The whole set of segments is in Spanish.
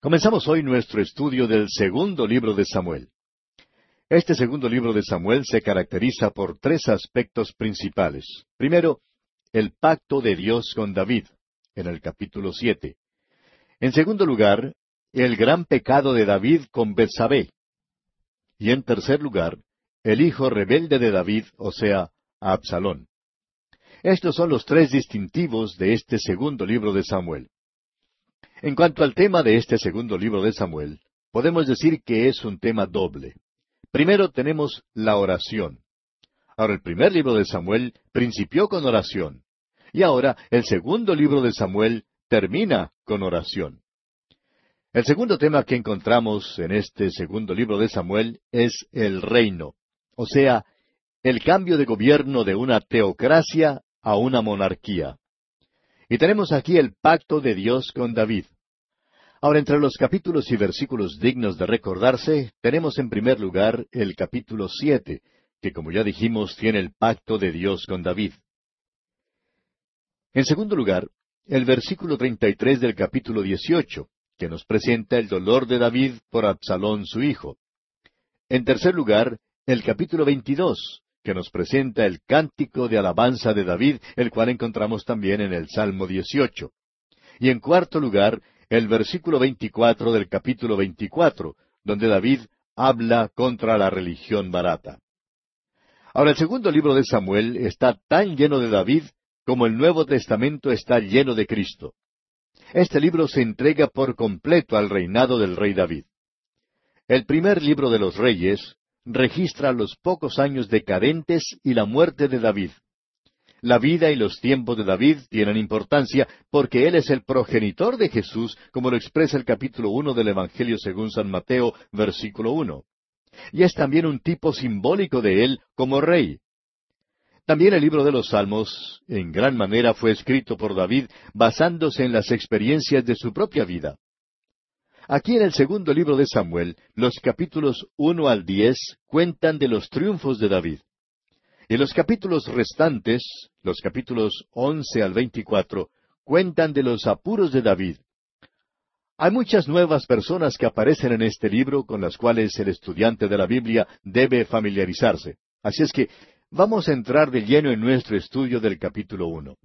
Comenzamos hoy nuestro estudio del segundo libro de Samuel. Este segundo libro de Samuel se caracteriza por tres aspectos principales. Primero, el pacto de Dios con David, en el capítulo 7. En segundo lugar, el gran pecado de David con Betsabé. Y en tercer lugar, el hijo rebelde de David, o sea, Absalón. Estos son los tres distintivos de este segundo libro de Samuel. En cuanto al tema de este segundo libro de Samuel, podemos decir que es un tema doble. Primero tenemos la oración. Ahora, el primer libro de Samuel principió con oración. Y ahora, el segundo libro de Samuel termina con oración. El segundo tema que encontramos en este segundo libro de Samuel es el reino, o sea, el cambio de gobierno de una teocracia a una monarquía. Y tenemos aquí el pacto de Dios con David. Ahora, entre los capítulos y versículos dignos de recordarse, tenemos en primer lugar el capítulo 7, que como ya dijimos tiene el pacto de Dios con David. En segundo lugar, el versículo 33 del capítulo 18, que nos presenta el dolor de David por Absalón su hijo. En tercer lugar, el capítulo 22, que nos presenta el cántico de alabanza de David, el cual encontramos también en el Salmo 18. Y en cuarto lugar, el versículo 24 del capítulo 24, donde David habla contra la religión barata. Ahora, el segundo libro de Samuel está tan lleno de David como el Nuevo Testamento está lleno de Cristo. Este libro se entrega por completo al reinado del rey David. El primer libro de los Reyes registra los pocos años decadentes y la muerte de David. La vida y los tiempos de David tienen importancia porque él es el progenitor de Jesús, como lo expresa el capítulo 1 del Evangelio según San Mateo, versículo 1. Y es también un tipo simbólico de él como rey. También el libro de los Salmos, en gran manera, fue escrito por David basándose en las experiencias de su propia vida. Aquí en el segundo libro de Samuel, los capítulos 1 al 10 cuentan de los triunfos de David. Y los capítulos restantes, los capítulos 11 al 24, cuentan de los apuros de David. Hay muchas nuevas personas que aparecen en este libro con las cuales el estudiante de la Biblia debe familiarizarse. Así es que vamos a entrar de lleno en nuestro estudio del capítulo 1.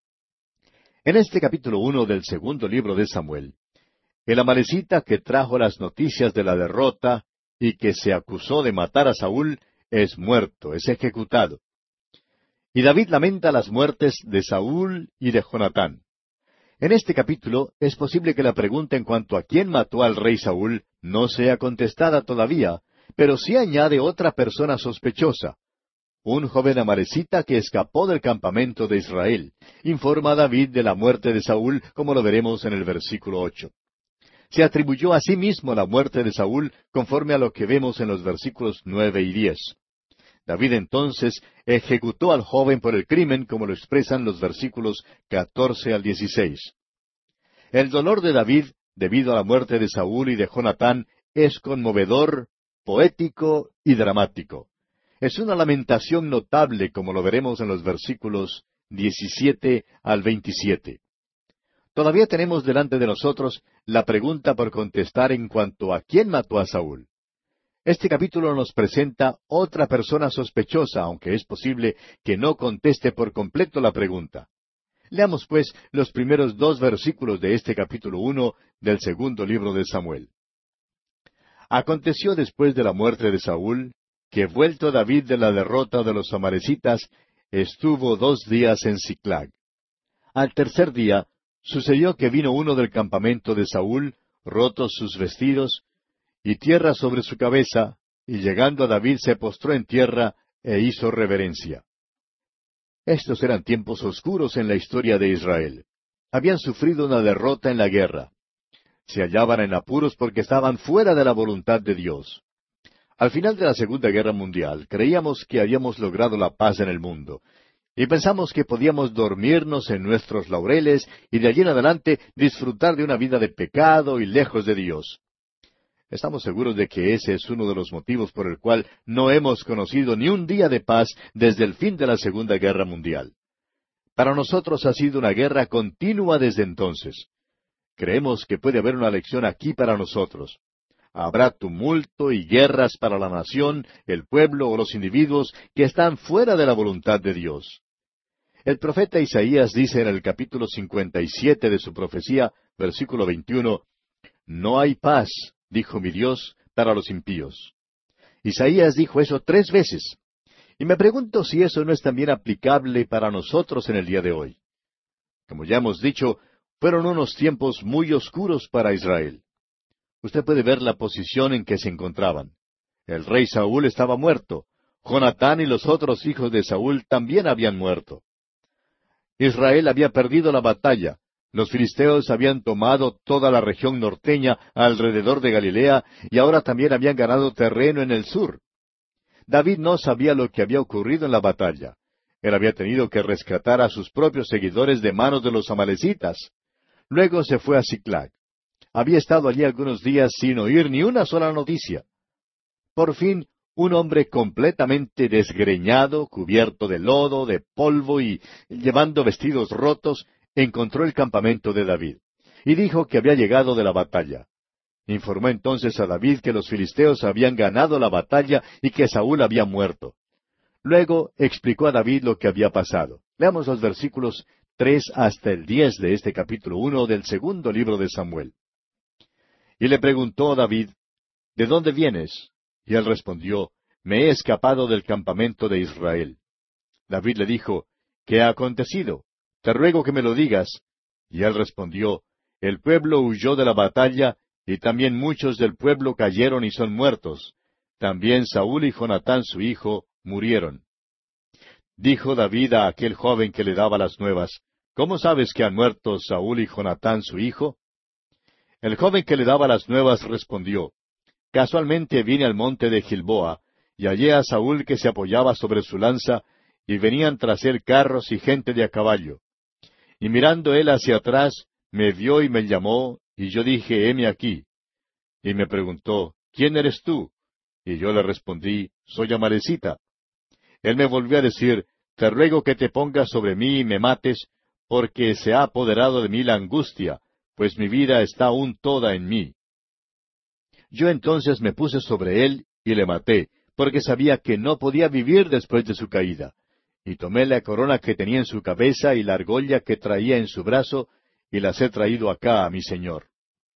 En este capítulo 1 del segundo libro de Samuel, el amalecita que trajo las noticias de la derrota y que se acusó de matar a Saúl es muerto, es ejecutado. Y David lamenta las muertes de Saúl y de Jonatán. En este capítulo es posible que la pregunta en cuanto a quién mató al rey Saúl no sea contestada todavía, pero sí añade otra persona sospechosa. Un joven amalecita que escapó del campamento de Israel. Informa a David de la muerte de Saúl, como lo veremos en el versículo 8. Se atribuyó a sí mismo la muerte de Saúl, conforme a lo que vemos en los versículos 9 y 10. David entonces ejecutó al joven por el crimen, como lo expresan los versículos 14 al 16. El dolor de David, debido a la muerte de Saúl y de Jonatán, es conmovedor, poético y dramático. Es una lamentación notable, como lo veremos en los versículos 17 al 27. Todavía tenemos delante de nosotros la pregunta por contestar en cuanto a quién mató a Saúl. Este capítulo nos presenta otra persona sospechosa, aunque es posible que no conteste por completo la pregunta. Leamos, pues, los primeros 2 versículos de este capítulo 1 del segundo libro de Samuel. Aconteció después de la muerte de Saúl, que vuelto David de la derrota de los amalecitas, estuvo 2 días en Siclag. Al tercer día, sucedió que vino uno del campamento de Saúl, rotos sus vestidos, y tierra sobre su cabeza, y llegando a David se postró en tierra e hizo reverencia. Estos eran tiempos oscuros en la historia de Israel. Habían sufrido una derrota en la guerra. Se hallaban en apuros porque estaban fuera de la voluntad de Dios. Al final de la Segunda Guerra Mundial, creíamos que habíamos logrado la paz en el mundo, y pensamos que podíamos dormirnos en nuestros laureles y de allí en adelante disfrutar de una vida de pecado y lejos de Dios. Estamos seguros de que ese es uno de los motivos por el cual no hemos conocido ni un día de paz desde el fin de la Segunda Guerra Mundial. Para nosotros ha sido una guerra continua desde entonces. creemos que puede haber una lección aquí para nosotros. Habrá tumulto y guerras para la nación, el pueblo o los individuos que están fuera de la voluntad de Dios. El profeta Isaías dice en el capítulo 57 de su profecía, versículo 21, «No hay paz, dijo mi Dios, para los impíos». Isaías dijo eso 3 veces. Y me pregunto si eso no es también aplicable para nosotros en el día de hoy. Como ya hemos dicho, fueron unos tiempos muy oscuros para Israel. Usted puede ver la posición en que se encontraban. El rey Saúl estaba muerto. Jonatán y los otros hijos de Saúl también habían muerto. Israel había perdido la batalla. Los filisteos habían tomado toda la región norteña alrededor de Galilea y ahora también habían ganado terreno en el sur. David no sabía lo que había ocurrido en la batalla. Él había tenido que rescatar a sus propios seguidores de manos de los amalecitas. Luego se fue a Siclag. Había estado allí algunos días sin oír ni una sola noticia. Por fin, un hombre completamente desgreñado, cubierto de lodo, de polvo y llevando vestidos rotos, encontró el campamento de David, y dijo que había llegado de la batalla. Informó entonces a David que los filisteos habían ganado la batalla y que Saúl había muerto. Luego explicó a David lo que había pasado. Leamos los versículos 3 hasta el 10 de este capítulo 1 del segundo libro de Samuel. Y le preguntó a David, ¿de dónde vienes? Y él respondió, me he escapado del campamento de Israel. David le dijo, ¿qué ha acontecido? Te ruego que me lo digas. Y él respondió, el pueblo huyó de la batalla, y también muchos del pueblo cayeron y son muertos. También Saúl y Jonatán su hijo murieron. Dijo David a aquel joven que le daba las nuevas, ¿cómo sabes que han muerto Saúl y Jonatán su hijo? El joven que le daba las nuevas respondió, casualmente vine al monte de Gilboa, y hallé a Saúl que se apoyaba sobre su lanza, y venían tras él carros y gente de a caballo. Y mirando él hacia atrás, me vio y me llamó, y yo dije, heme aquí. Y me preguntó, ¿quién eres tú? Y yo le respondí, soy amalecita. Él me volvió a decir, te ruego que te pongas sobre mí y me mates, porque se ha apoderado de mí la angustia, pues mi vida está aún toda en mí. Yo entonces me puse sobre él y le maté, porque sabía que no podía vivir después de su caída. Y tomé la corona que tenía en su cabeza y la argolla que traía en su brazo, y las he traído acá a mi señor.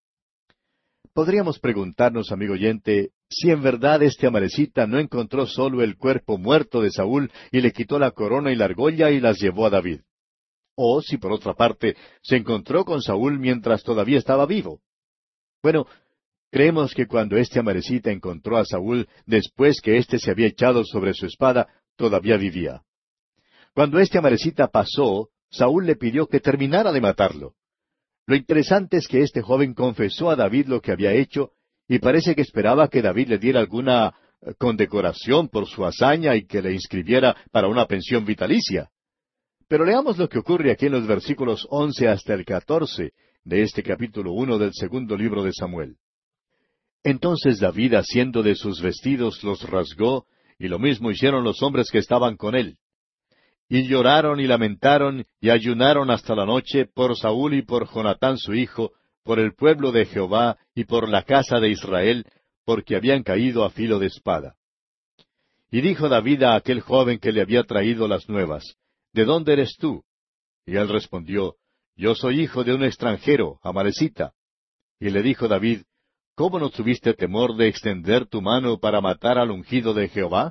Podríamos preguntarnos, amigo oyente, si en verdad este amalecita no encontró solo el cuerpo muerto de Saúl y le quitó la corona y la argolla y las llevó a David. O si por otra parte se encontró con Saúl mientras todavía estaba vivo. Bueno, creemos que cuando este amalecita encontró a Saúl después que éste se había echado sobre su espada, todavía vivía. Cuando este amalecita pasó, Saúl le pidió que terminara de matarlo. Lo interesante es que este joven confesó a David lo que había hecho, y parece que esperaba que David le diera alguna condecoración por su hazaña y que le inscribiera para una pensión vitalicia. Pero leamos lo que ocurre aquí en los versículos 11 hasta el 14 de este capítulo 1 del segundo libro de Samuel. Entonces David, haciendo de sus vestidos, los rasgó, y lo mismo hicieron los hombres que estaban con él. Y lloraron y lamentaron y ayunaron hasta la noche por Saúl y por Jonatán su hijo, por el pueblo de Jehová y por la casa de Israel, porque habían caído a filo de espada. Y dijo David a aquel joven que le había traído las nuevas, ¿de dónde eres tú? Y él respondió, yo soy hijo de un extranjero, amalecita. Y le dijo David, ¿cómo no tuviste temor de extender tu mano para matar al ungido de Jehová?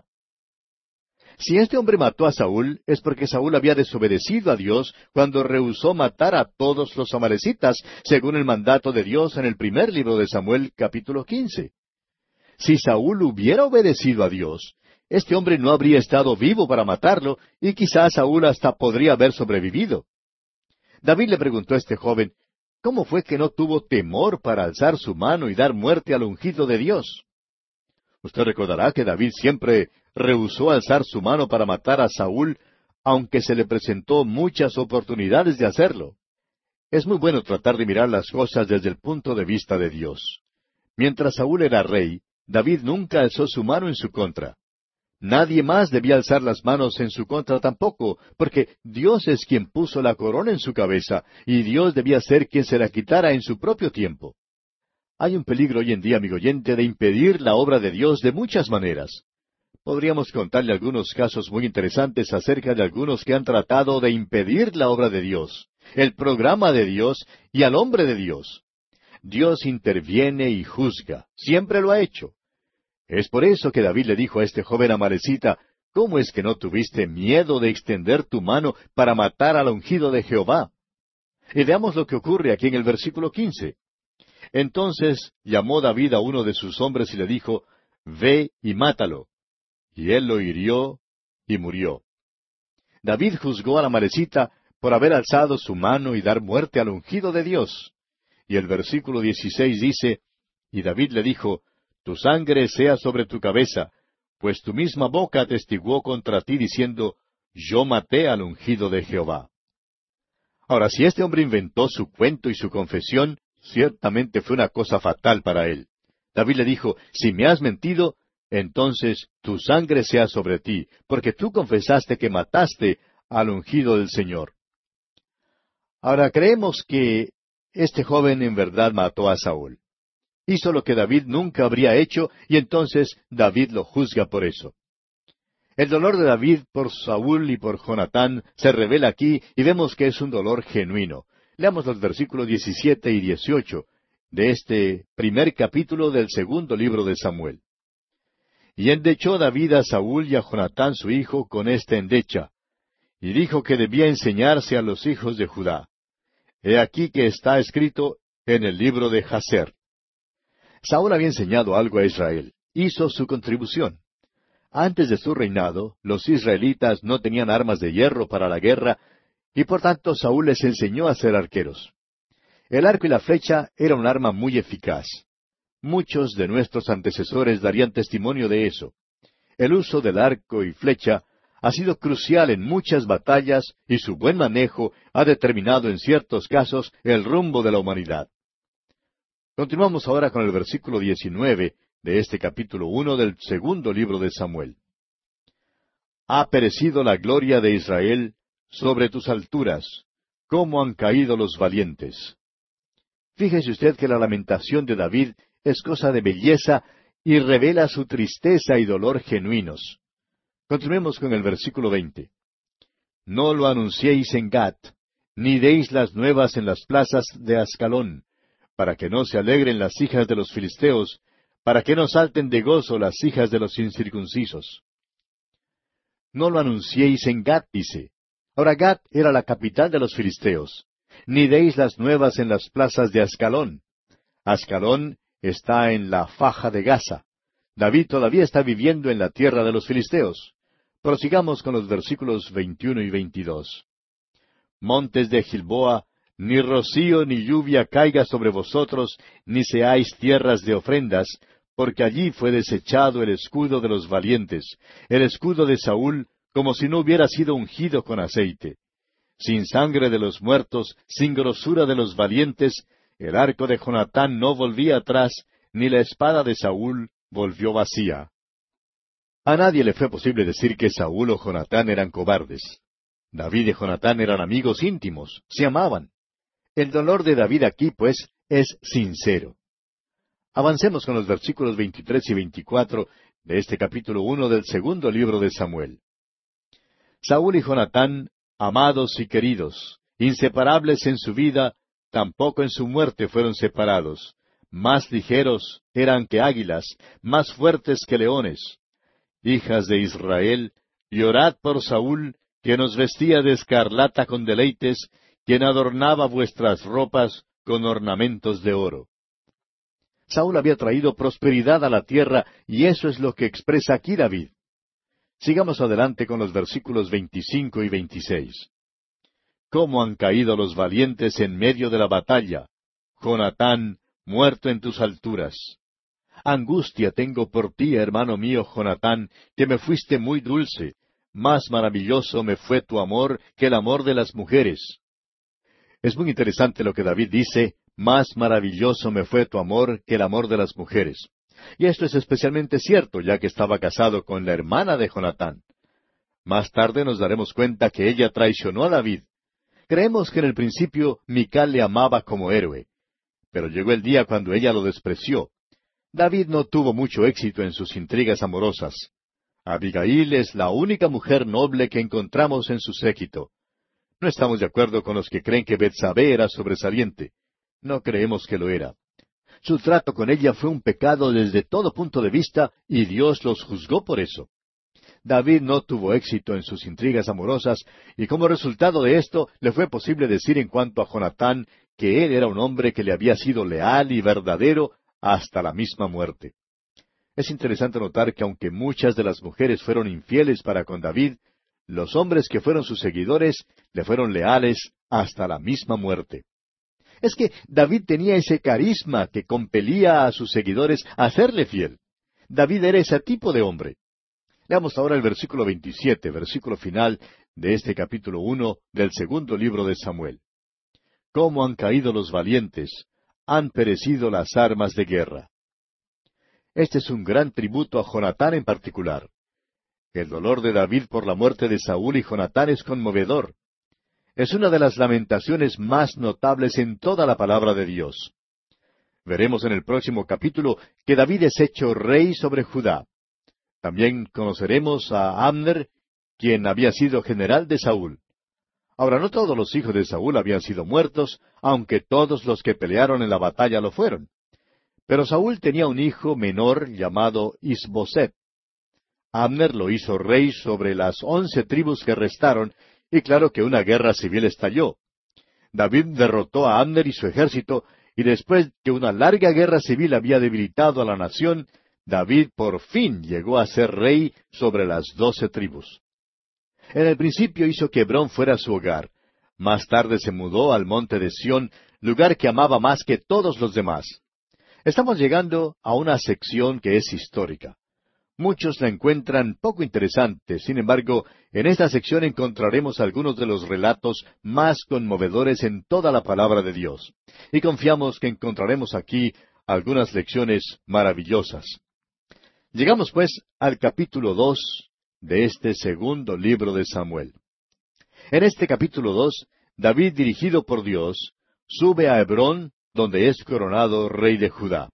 Si este hombre mató a Saúl, es porque Saúl había desobedecido a Dios cuando rehusó matar a todos los amalecitas, según el mandato de Dios en el primer libro de Samuel, capítulo 15. Si Saúl hubiera obedecido a Dios, este hombre no habría estado vivo para matarlo, y quizás Saúl hasta podría haber sobrevivido. David le preguntó a este joven, ¿cómo fue que no tuvo temor para alzar su mano y dar muerte al ungido de Dios? Usted recordará que David siempre rehusó alzar su mano para matar a Saúl, aunque se le presentó muchas oportunidades de hacerlo. Es muy bueno tratar de mirar las cosas desde el punto de vista de Dios. Mientras Saúl era rey, David nunca alzó su mano en su contra. Nadie más debía alzar las manos en su contra tampoco, porque Dios es quien puso la corona en su cabeza, y Dios debía ser quien se la quitara en su propio tiempo. Hay un peligro hoy en día, amigo oyente, de impedir la obra de Dios de muchas maneras. Podríamos contarle algunos casos muy interesantes acerca de algunos que han tratado de impedir la obra de Dios, el programa de Dios y al hombre de Dios. Dios interviene y juzga, siempre lo ha hecho. Es por eso que David le dijo a este joven amalecita, ¿cómo es que no tuviste miedo de extender tu mano para matar al ungido de Jehová? Y veamos lo que ocurre aquí en el versículo 15. Entonces llamó David a uno de sus hombres y le dijo, Ve y mátalo. Y él lo hirió y murió. David juzgó al amalecita por haber alzado su mano y dar muerte al ungido de Dios. Y el versículo 16 dice, Y David le dijo, Tu sangre sea sobre tu cabeza, pues tu misma boca atestiguó contra ti diciendo, Yo maté al ungido de Jehová. Ahora, si este hombre inventó su cuento y su confesión, ciertamente fue una cosa fatal para él. David le dijo, Si me has mentido, entonces tu sangre sea sobre ti, porque tú confesaste que mataste al ungido del Señor. Ahora, creemos que este joven en verdad mató a Saúl. Hizo lo que David nunca habría hecho, y entonces David lo juzga por eso. El dolor de David por Saúl y por Jonatán se revela aquí, y vemos que es un dolor genuino. Leamos los versículos 17 y 18 de este primer capítulo del segundo libro de Samuel. Y endechó David a Saúl y a Jonatán su hijo con esta endecha, y dijo que debía enseñarse a los hijos de Judá. He aquí que está escrito en el libro de Jaser. Saúl había enseñado algo a Israel, hizo su contribución. Antes de su reinado, los israelitas no tenían armas de hierro para la guerra, y por tanto Saúl les enseñó a ser arqueros. El arco y la flecha era un arma muy eficaz. Muchos de nuestros antecesores darían testimonio de eso. El uso del arco y flecha ha sido crucial en muchas batallas y su buen manejo ha determinado en ciertos casos el rumbo de la humanidad. Continuamos ahora con el versículo 19 de este capítulo 1 del segundo libro de Samuel. Ha perecido la gloria de Israel sobre tus alturas, cómo han caído los valientes. Fíjese usted que la lamentación de David es cosa de belleza y revela su tristeza y dolor genuinos. Continuemos con el versículo 20. No lo anunciéis en Gat, ni deis las nuevas en las plazas de Ascalón, para que no se alegren las hijas de los filisteos, para que no salten de gozo las hijas de los incircuncisos. No lo anunciéis en Gat, dice. Ahora Gat era la capital de los filisteos. Ni deis las nuevas en las plazas de Ascalón. Ascalón está en la faja de Gaza. David todavía está viviendo en la tierra de los filisteos. Prosigamos con los versículos 21 y 22. Montes de Gilboa, ni rocío ni lluvia caiga sobre vosotros, ni seáis tierras de ofrendas, porque allí fue desechado el escudo de los valientes, el escudo de Saúl, como si no hubiera sido ungido con aceite. Sin sangre de los muertos, sin grosura de los valientes, el arco de Jonatán no volvía atrás, ni la espada de Saúl volvió vacía. A nadie le fue posible decir que Saúl o Jonatán eran cobardes. David y Jonatán eran amigos íntimos, se amaban. El dolor de David aquí, pues, es sincero. Avancemos con los versículos 23 y 24 de este capítulo 1 del segundo libro de Samuel. Saúl y Jonatán, amados y queridos, inseparables en su vida, tampoco en su muerte fueron separados. Más ligeros eran que águilas, más fuertes que leones. Hijas de Israel, llorad por Saúl, que nos vestía de escarlata con deleites, quien adornaba vuestras ropas con ornamentos de oro. Saúl había traído prosperidad a la tierra, y eso es lo que expresa aquí David. Sigamos adelante con los versículos 25 y 26. ¿Cómo han caído los valientes en medio de la batalla? Jonatán, muerto en tus alturas. Angustia tengo por ti, hermano mío Jonatán, que me fuiste muy dulce. Más maravilloso me fue tu amor que el amor de las mujeres. Es muy interesante lo que David dice, más maravilloso me fue tu amor que el amor de las mujeres. Y esto es especialmente cierto, ya que estaba casado con la hermana de Jonatán. Más tarde nos daremos cuenta que ella traicionó a David. Creemos que en el principio Mical le amaba como héroe, pero llegó el día cuando ella lo despreció. David no tuvo mucho éxito en sus intrigas amorosas. Abigail es la única mujer noble que encontramos en su séquito. No estamos de acuerdo con los que creen que Betsabé era sobresaliente. No creemos que lo era. Su trato con ella fue un pecado desde todo punto de vista y Dios los juzgó por eso. David no tuvo éxito en sus intrigas amorosas y como resultado de esto le fue posible decir en cuanto a Jonatán que él era un hombre que le había sido leal y verdadero hasta la misma muerte. Es interesante notar que aunque muchas de las mujeres fueron infieles para con David, los hombres que fueron sus seguidores le fueron leales hasta la misma muerte. Es que David tenía ese carisma que compelía a sus seguidores a serle fiel. David era ese tipo de hombre. Leamos ahora el versículo 27, versículo final de este capítulo 1 del segundo libro de Samuel. ¿Cómo han caído los valientes? Han perecido las armas de guerra. Este es un gran tributo a Jonatán en particular. El dolor de David por la muerte de Saúl y Jonatán es conmovedor. Es una de las lamentaciones más notables en toda la palabra de Dios. Veremos en el próximo capítulo que David es hecho rey sobre Judá. También conoceremos a Abner, quien había sido general de Saúl. Ahora, no todos los hijos de Saúl habían sido muertos, aunque todos los que pelearon en la batalla lo fueron. Pero Saúl tenía un hijo menor llamado Isboset. Abner lo hizo rey sobre las 11 tribus que restaron, y claro que una guerra civil estalló. David derrotó a Abner y su ejército, y después que una larga guerra civil había debilitado a la nación, David por fin llegó a ser rey sobre las 12 tribus. En el principio hizo que Hebrón fuera su hogar. Más tarde se mudó al monte de Sión, lugar que amaba más que todos los demás. Estamos llegando a una sección que es histórica. Muchos la encuentran poco interesante, sin embargo, en esta sección encontraremos algunos de los relatos más conmovedores en toda la palabra de Dios. Y confiamos que encontraremos aquí algunas lecciones maravillosas. Llegamos pues al capítulo 2 de este segundo libro de Samuel. En este capítulo 2, David, dirigido por Dios, sube a Hebrón, donde es coronado rey de Judá.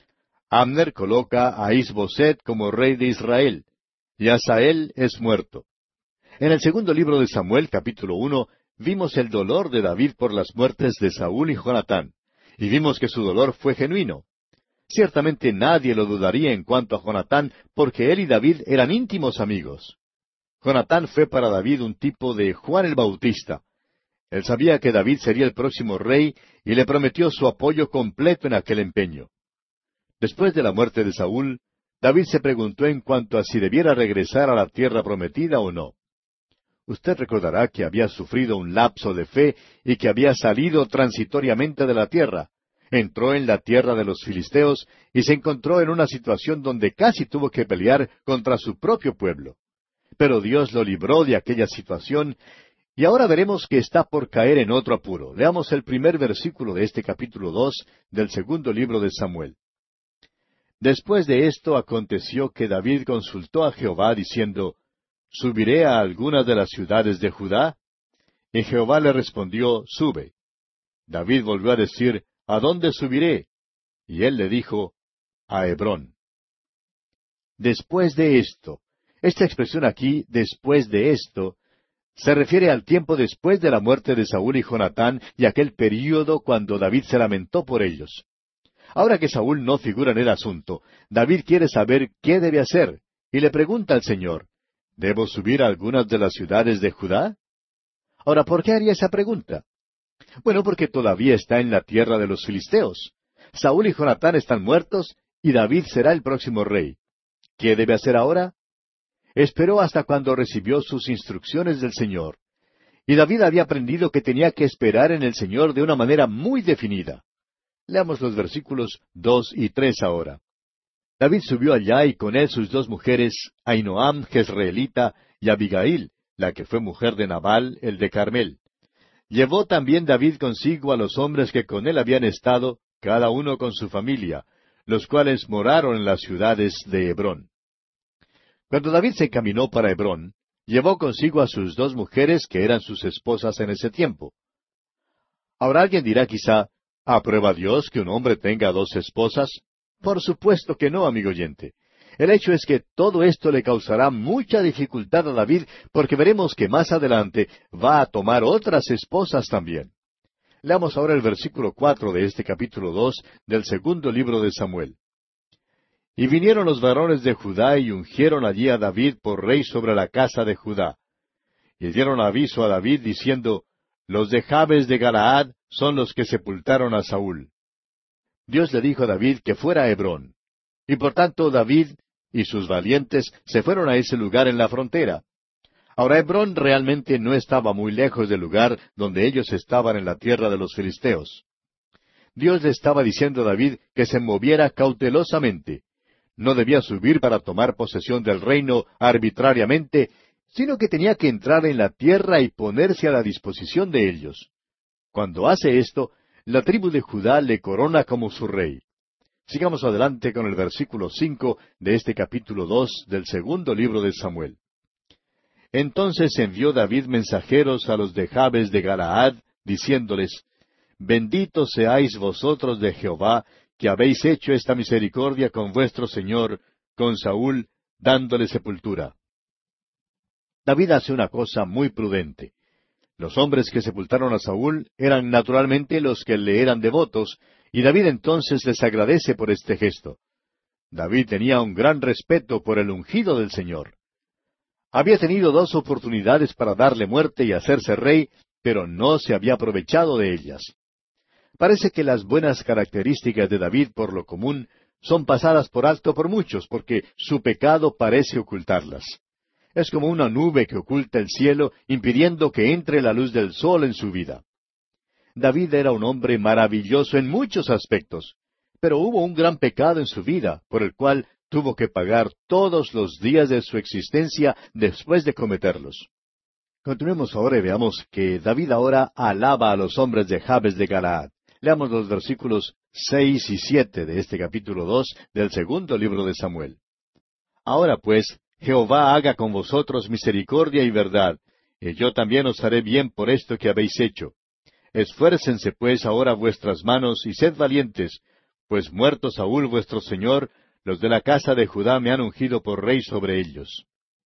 Abner coloca a Isboset como rey de Israel, y Asael es muerto. En el segundo libro de Samuel, capítulo 1, vimos el dolor de David por las muertes de Saúl y Jonatán, y vimos que su dolor fue genuino. Ciertamente nadie lo dudaría en cuanto a Jonatán, porque él y David eran íntimos amigos. Jonatán fue para David un tipo de Juan el Bautista. Él sabía que David sería el próximo rey y le prometió su apoyo completo en aquel empeño. Después de la muerte de Saúl, David se preguntó en cuanto a si debiera regresar a la tierra prometida o no. Usted recordará que había sufrido un lapso de fe y que había salido transitoriamente de la tierra. Entró en la tierra de los filisteos y se encontró en una situación donde casi tuvo que pelear contra su propio pueblo. Pero Dios lo libró de aquella situación y ahora veremos que está por caer en otro apuro. Leamos el primer versículo de este capítulo 2 del segundo libro de Samuel. Después de esto aconteció que David consultó a Jehová diciendo, ¿subiré a alguna de las ciudades de Judá? Y Jehová le respondió, sube. David volvió a decir, ¿a dónde subiré? Y él le dijo, a Hebrón. Después de esto. Esta expresión aquí, después de esto, se refiere al tiempo después de la muerte de Saúl y Jonatán y aquel período cuando David se lamentó por ellos. Ahora que Saúl no figura en el asunto, David quiere saber qué debe hacer, y le pregunta al Señor, ¿debo subir a algunas de las ciudades de Judá? Ahora, ¿por qué haría esa pregunta? Bueno, porque todavía está en la tierra de los filisteos. Saúl y Jonatán están muertos, y David será el próximo rey. ¿Qué debe hacer ahora? Esperó hasta cuando recibió sus instrucciones del Señor. Y David había aprendido que tenía que esperar en el Señor de una manera muy definida. Leamos los versículos 2 y 3 ahora. David subió allá y con él sus 2 mujeres, Ahinoam jezreelita y Abigail, la que fue mujer de Nabal, el de Carmel. Llevó también David consigo a los hombres que con él habían estado, cada uno con su familia, los cuales moraron en las ciudades de Hebrón. Cuando David se encaminó para Hebrón, llevó consigo a sus 2 mujeres que eran sus esposas en ese tiempo. Ahora alguien dirá quizá, ¿aprueba Dios que un hombre tenga 2 esposas? Por supuesto que no, amigo oyente. El hecho es que todo esto le causará mucha dificultad a David, porque veremos que más adelante va a tomar otras esposas también. Leamos ahora el versículo 4 de este capítulo 2 del segundo libro de Samuel. Y vinieron los varones de Judá y ungieron allí a David por rey sobre la casa de Judá. Y dieron aviso a David diciendo, los de Jabes de Galaad son los que sepultaron a Saúl. Dios le dijo a David que fuera a Hebrón. Y por tanto David y sus valientes se fueron a ese lugar en la frontera. Ahora Hebrón realmente no estaba muy lejos del lugar donde ellos estaban en la tierra de los filisteos. Dios le estaba diciendo a David que se moviera cautelosamente. No debía subir para tomar posesión del reino arbitrariamente, sino que tenía que entrar en la tierra y ponerse a la disposición de ellos. Cuando hace esto, la tribu de Judá le corona como su rey. Sigamos adelante con el versículo 5 de este capítulo 2 del segundo libro de Samuel. Entonces envió David mensajeros a los de Jabes de Galaad, diciéndoles, benditos seáis vosotros de Jehová, que habéis hecho esta misericordia con vuestro señor, con Saúl, dándole sepultura. David hace una cosa muy prudente. Los hombres que sepultaron a Saúl eran naturalmente los que le eran devotos, y David entonces les agradece por este gesto. David tenía un gran respeto por el ungido del Señor. Había tenido 2 oportunidades para darle muerte y hacerse rey, pero no se había aprovechado de ellas. Parece que las buenas características de David, por lo común, son pasadas por alto por muchos, porque su pecado parece ocultarlas. Es como una nube que oculta el cielo, impidiendo que entre la luz del sol en su vida. David era un hombre maravilloso en muchos aspectos, pero hubo un gran pecado en su vida, por el cual tuvo que pagar todos los días de su existencia después de cometerlos. Continuemos ahora y veamos que David ahora alaba a los hombres de Jabes de Galaad. Leamos los versículos 6 y 7 de este capítulo 2 del segundo libro de Samuel. Ahora pues, Jehová haga con vosotros misericordia y verdad, y yo también os haré bien por esto que habéis hecho. Esfuércense pues ahora vuestras manos y sed valientes, pues muerto Saúl vuestro señor, los de la casa de Judá me han ungido por rey sobre ellos.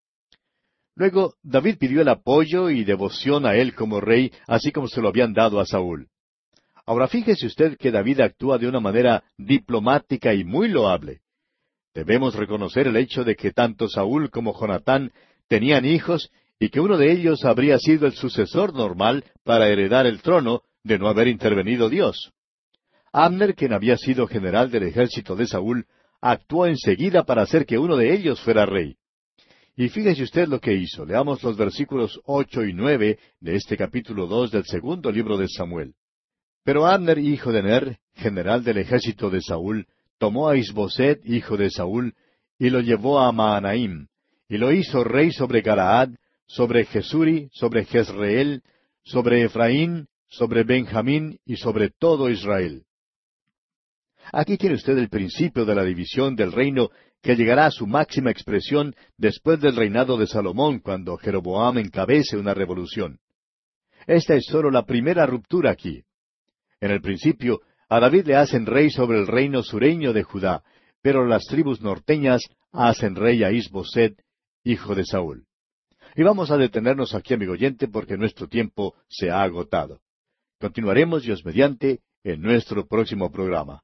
Luego David pidió el apoyo y devoción a él como rey, así como se lo habían dado a Saúl. Ahora fíjese usted que David actúa de una manera diplomática y muy loable. Debemos reconocer el hecho de que tanto Saúl como Jonatán tenían hijos y que uno de ellos habría sido el sucesor normal para heredar el trono de no haber intervenido Dios. Abner, quien había sido general del ejército de Saúl, actuó enseguida para hacer que uno de ellos fuera rey. Y fíjese usted lo que hizo. Leamos los versículos 8 y 9 de este capítulo 2 del segundo libro de Samuel. Pero Abner, hijo de Ner, general del ejército de Saúl, tomó a Isboset, hijo de Saúl, y lo llevó a Mahanaim, y lo hizo rey sobre Galaad, sobre Jesuri, sobre Jezreel, sobre Efraín, sobre Benjamín y sobre todo Israel. Aquí tiene usted el principio de la división del reino que llegará a su máxima expresión después del reinado de Salomón, cuando Jeroboam encabece una revolución. Esta es sólo la primera ruptura aquí. En el principio, a David le hacen rey sobre el reino sureño de Judá, pero las tribus norteñas hacen rey a Isboset, hijo de Saúl. Y vamos a detenernos aquí, amigo oyente, porque nuestro tiempo se ha agotado. Continuaremos, Dios mediante, en nuestro próximo programa.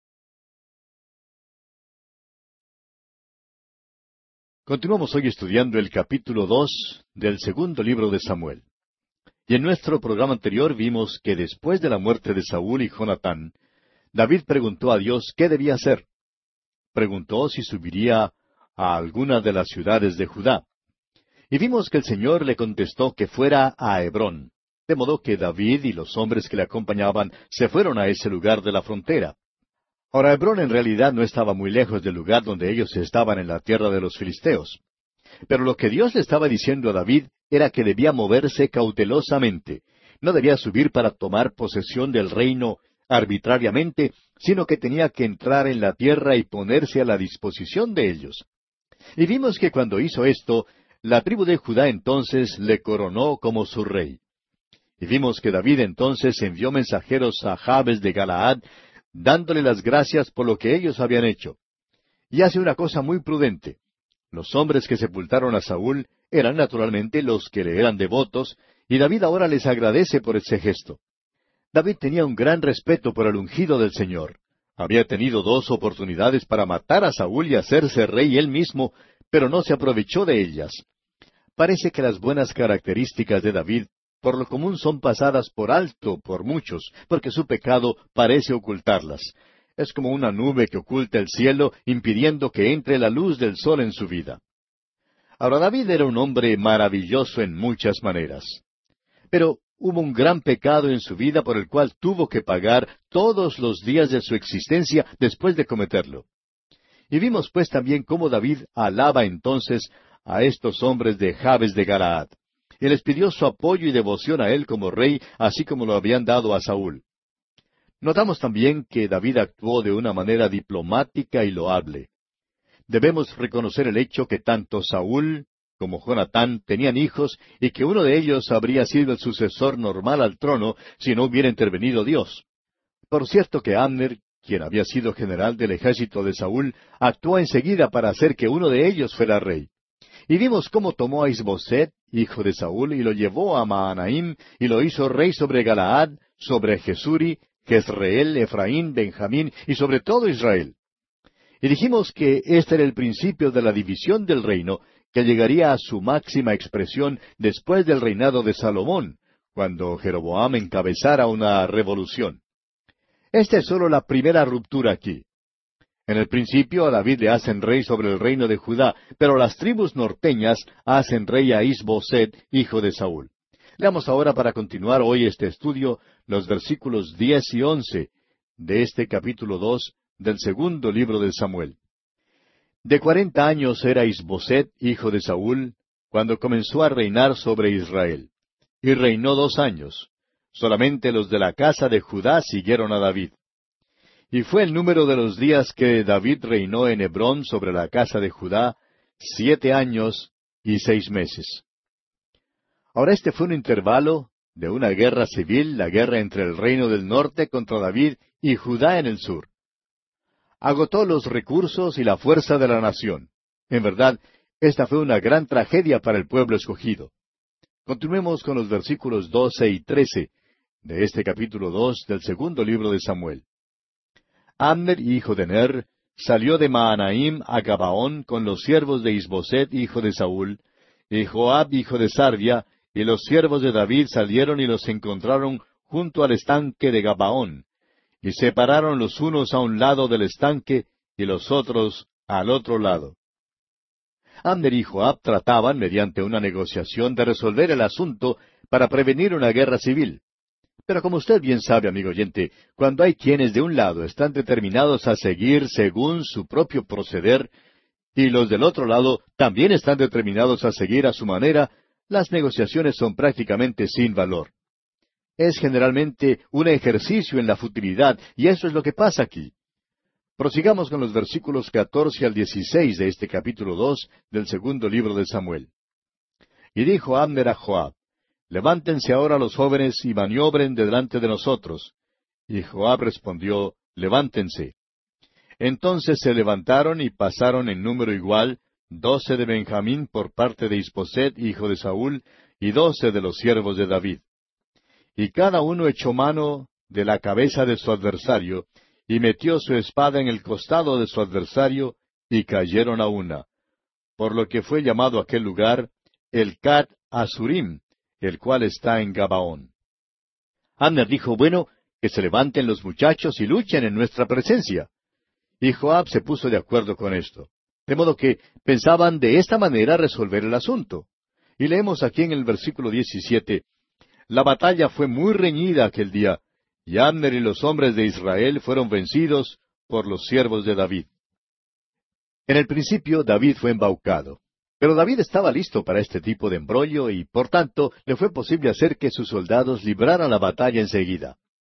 Continuamos hoy estudiando el capítulo 2 del segundo libro de Samuel. Y en nuestro programa anterior vimos que después de la muerte de Saúl y Jonatán, David preguntó a Dios qué debía hacer. Preguntó si subiría a alguna de las ciudades de Judá. Y vimos que el Señor le contestó que fuera a Hebrón, de modo que David y los hombres que le acompañaban se fueron a ese lugar de la frontera. Ahora, Hebrón en realidad no estaba muy lejos del lugar donde ellos estaban en la tierra de los filisteos. Pero lo que Dios le estaba diciendo a David era que debía moverse cautelosamente. No debía subir para tomar posesión del reino arbitrariamente, sino que tenía que entrar en la tierra y ponerse a la disposición de ellos. Y vimos que cuando hizo esto, la tribu de Judá entonces le coronó como su rey. Y vimos que David entonces envió mensajeros a Jabes de Galaad, dándole las gracias por lo que ellos habían hecho. Y hace una cosa muy prudente. Los hombres que sepultaron a Saúl eran naturalmente los que le eran devotos, y David ahora les agradece por ese gesto. David tenía un gran respeto por el ungido del Señor. Había tenido 2 oportunidades para matar a Saúl y hacerse rey él mismo, pero no se aprovechó de ellas. Parece que las buenas características de David por lo común son pasadas por alto por muchos, porque su pecado parece ocultarlas. Es como una nube que oculta el cielo, impidiendo que entre la luz del sol en su vida. Ahora, David era un hombre maravilloso en muchas maneras. Pero hubo un gran pecado en su vida por el cual tuvo que pagar todos los días de su existencia después de cometerlo. Y vimos pues también cómo David alaba entonces a estos hombres de Jabes de Galaad. Y les pidió su apoyo y devoción a él como rey, así como lo habían dado a Saúl. Notamos también que David actuó de una manera diplomática y loable. Debemos reconocer el hecho que tanto Saúl como Jonatán tenían hijos y que uno de ellos habría sido el sucesor normal al trono si no hubiera intervenido Dios. Por cierto que Abner, quien había sido general del ejército de Saúl, actuó enseguida para hacer que uno de ellos fuera rey. Y vimos cómo tomó a Isboset, hijo de Saúl, y lo llevó a Mahanaim, y lo hizo rey sobre Galaad, sobre Jesuri, Jezreel, Efraín, Benjamín, y sobre todo Israel. Y dijimos que este era el principio de la división del reino, que llegaría a su máxima expresión después del reinado de Salomón, cuando Jeroboam encabezara una revolución. Esta es sólo la primera ruptura aquí. En el principio a David le hacen rey sobre el reino de Judá, pero las tribus norteñas hacen rey a Isboset, hijo de Saúl. Leamos ahora para continuar hoy este estudio los versículos 10 y 11 de este capítulo 2 del segundo libro de Samuel. De 40 años era Isboset, hijo de Saúl, cuando comenzó a reinar sobre Israel. Y reinó 2 años. Solamente los de la casa de Judá siguieron a David. Y fue el número de los días que David reinó en Hebrón sobre la casa de Judá, 7 años y 6 meses. Ahora este fue un intervalo de una guerra civil, la guerra entre el reino del norte contra David y Judá en el sur. Agotó los recursos y la fuerza de la nación. En verdad, esta fue una gran tragedia para el pueblo escogido. Continuemos con los versículos 12 y 13 de este capítulo 2 del segundo libro de Samuel. Abner, hijo de Ner, salió de Mahanaim a Gabaón con los siervos de Isboset, hijo de Saúl, y Joab, hijo de Sarvia, y los siervos de David salieron y los encontraron junto al estanque de Gabaón, y se pararon los unos a un lado del estanque y los otros al otro lado. Abner y Joab trataban, mediante una negociación, de resolver el asunto para prevenir una guerra civil. Pero como usted bien sabe, amigo oyente, cuando hay quienes de un lado están determinados a seguir según su propio proceder, y los del otro lado también están determinados a seguir a su manera, las negociaciones son prácticamente sin valor. Es generalmente un ejercicio en la futilidad, y eso es lo que pasa aquí. Prosigamos con los versículos 14 al 16 de este capítulo 2 del segundo libro de Samuel. Y dijo Abner a Joab: Levántense ahora los jóvenes y maniobren delante de nosotros. Y Joab respondió: Levántense. Entonces se levantaron y pasaron en número igual, 12 de Benjamín por parte de Isboset, hijo de Saúl, y 12 de los siervos de David. Y cada uno echó mano de la cabeza de su adversario, y metió su espada en el costado de su adversario, y cayeron a una. Por lo que fue llamado aquel lugar el Cat Asurim, el cual está en Gabaón. Abner dijo: Bueno, que se levanten los muchachos y luchen en nuestra presencia. Y Joab se puso de acuerdo con esto. De modo que pensaban de esta manera resolver el asunto. Y leemos aquí en el versículo 17, La batalla fue muy reñida aquel día, y Abner y los hombres de Israel fueron vencidos por los siervos de David. En el principio David fue embaucado. Pero David estaba listo para este tipo de embrollo y, por tanto, le fue posible hacer que sus soldados libraran la batalla enseguida.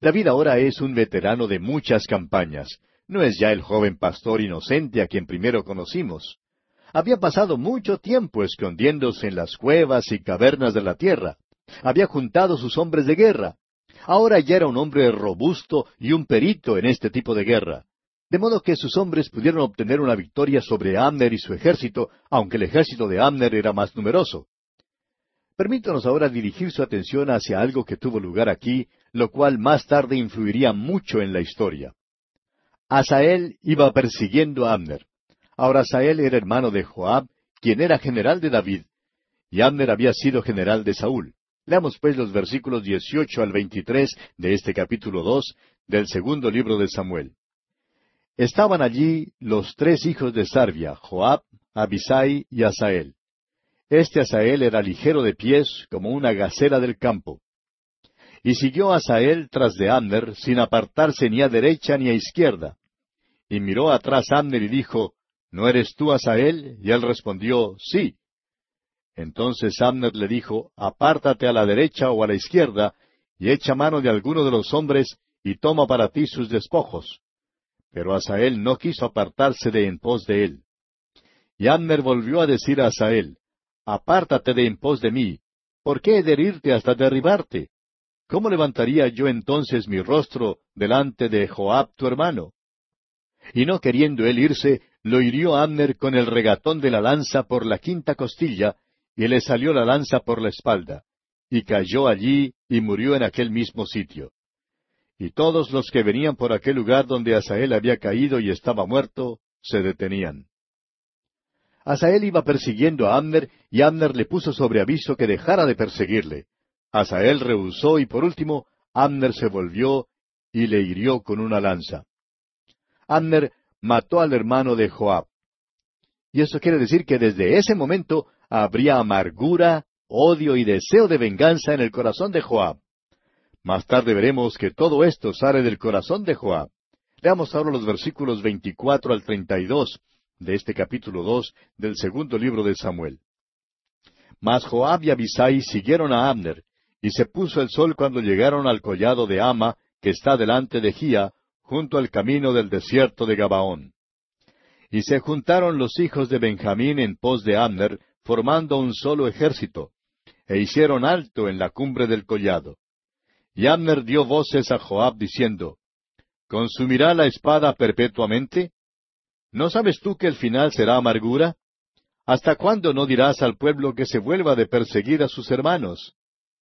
David ahora es un veterano de muchas campañas. No es ya el joven pastor inocente a quien primero conocimos. Había pasado mucho tiempo escondiéndose en las cuevas y cavernas de la tierra. Había juntado sus hombres de guerra. Ahora ya era un hombre robusto y un perito en este tipo de guerra. De modo que sus hombres pudieron obtener una victoria sobre Abner y su ejército, aunque el ejército de Abner era más numeroso. Permítanos ahora dirigir su atención hacia algo que tuvo lugar aquí, lo cual más tarde influiría mucho en la historia. Asael iba persiguiendo a Abner. Ahora Asael era hermano de Joab, quien era general de David, y Abner había sido general de Saúl. Leamos pues los versículos 18 al 23 de este capítulo 2 del segundo libro de Samuel. Estaban allí los tres hijos de Sarvia, Joab, Abisai y Asael. Este Asael era ligero de pies, como una gacela del campo. Y siguió Asael tras de Abner, sin apartarse ni a derecha ni a izquierda. Y miró atrás Abner y dijo, ¿No eres tú Asael? Y él respondió, sí. Entonces Abner le dijo, apártate a la derecha o a la izquierda, y echa mano de alguno de los hombres, y toma para ti sus despojos. Pero Asael no quiso apartarse de en pos de él. Y Abner volvió a decir a Asael, apártate de en pos de mí, ¿por qué he de herirte hasta derribarte? ¿Cómo levantaría yo entonces mi rostro delante de Joab tu hermano? Y no queriendo él irse, lo hirió Abner con el regatón de la lanza por la quinta costilla, y le salió la lanza por la espalda, y cayó allí y murió en aquel mismo sitio. Y todos los que venían por aquel lugar donde Asael había caído y estaba muerto, se detenían. Asael iba persiguiendo a Abner, y Abner le puso sobre aviso que dejara de perseguirle. Asael rehusó, y por último, Abner se volvió y le hirió con una lanza. Abner mató al hermano de Joab. Y eso quiere decir que desde ese momento habría amargura, odio y deseo de venganza en el corazón de Joab. Más tarde veremos que todo esto sale del corazón de Joab. Leamos ahora los versículos 24 al 32 de este capítulo 2 del segundo libro de Samuel. Mas Joab y Abisai siguieron a Abner, y se puso el sol cuando llegaron al collado de Ama, que está delante de Gía, junto al camino del desierto de Gabaón. Y se juntaron los hijos de Benjamín en pos de Abner, formando un solo ejército, e hicieron alto en la cumbre del collado. Y Abner dio voces a Joab diciendo, ¿Consumirá la espada perpetuamente? ¿No sabes tú que el final será amargura? ¿Hasta cuándo no dirás al pueblo que se vuelva de perseguir a sus hermanos?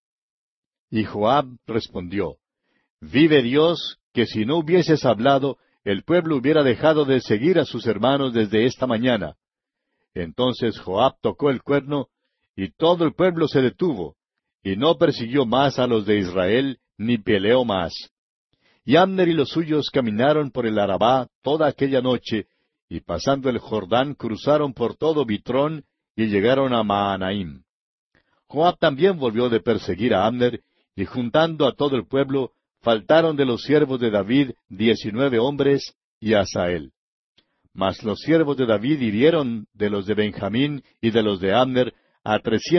Y Joab respondió, Vive Dios, que si no hubieses hablado, el pueblo hubiera dejado de seguir a sus hermanos desde esta mañana. Entonces Joab tocó el cuerno, y todo el pueblo se detuvo, y no persiguió más a los de Israel, ni peleó más. Y Abner y los suyos caminaron por el Arabá toda aquella noche, y pasando el Jordán cruzaron por todo Bitrón, y llegaron a Mahanaim. Joab también volvió de perseguir a Abner, y juntando a todo el pueblo, faltaron de los siervos de David 19 hombres, y Asael. Mas los siervos de David hirieron de los de Benjamín y de los de Abner a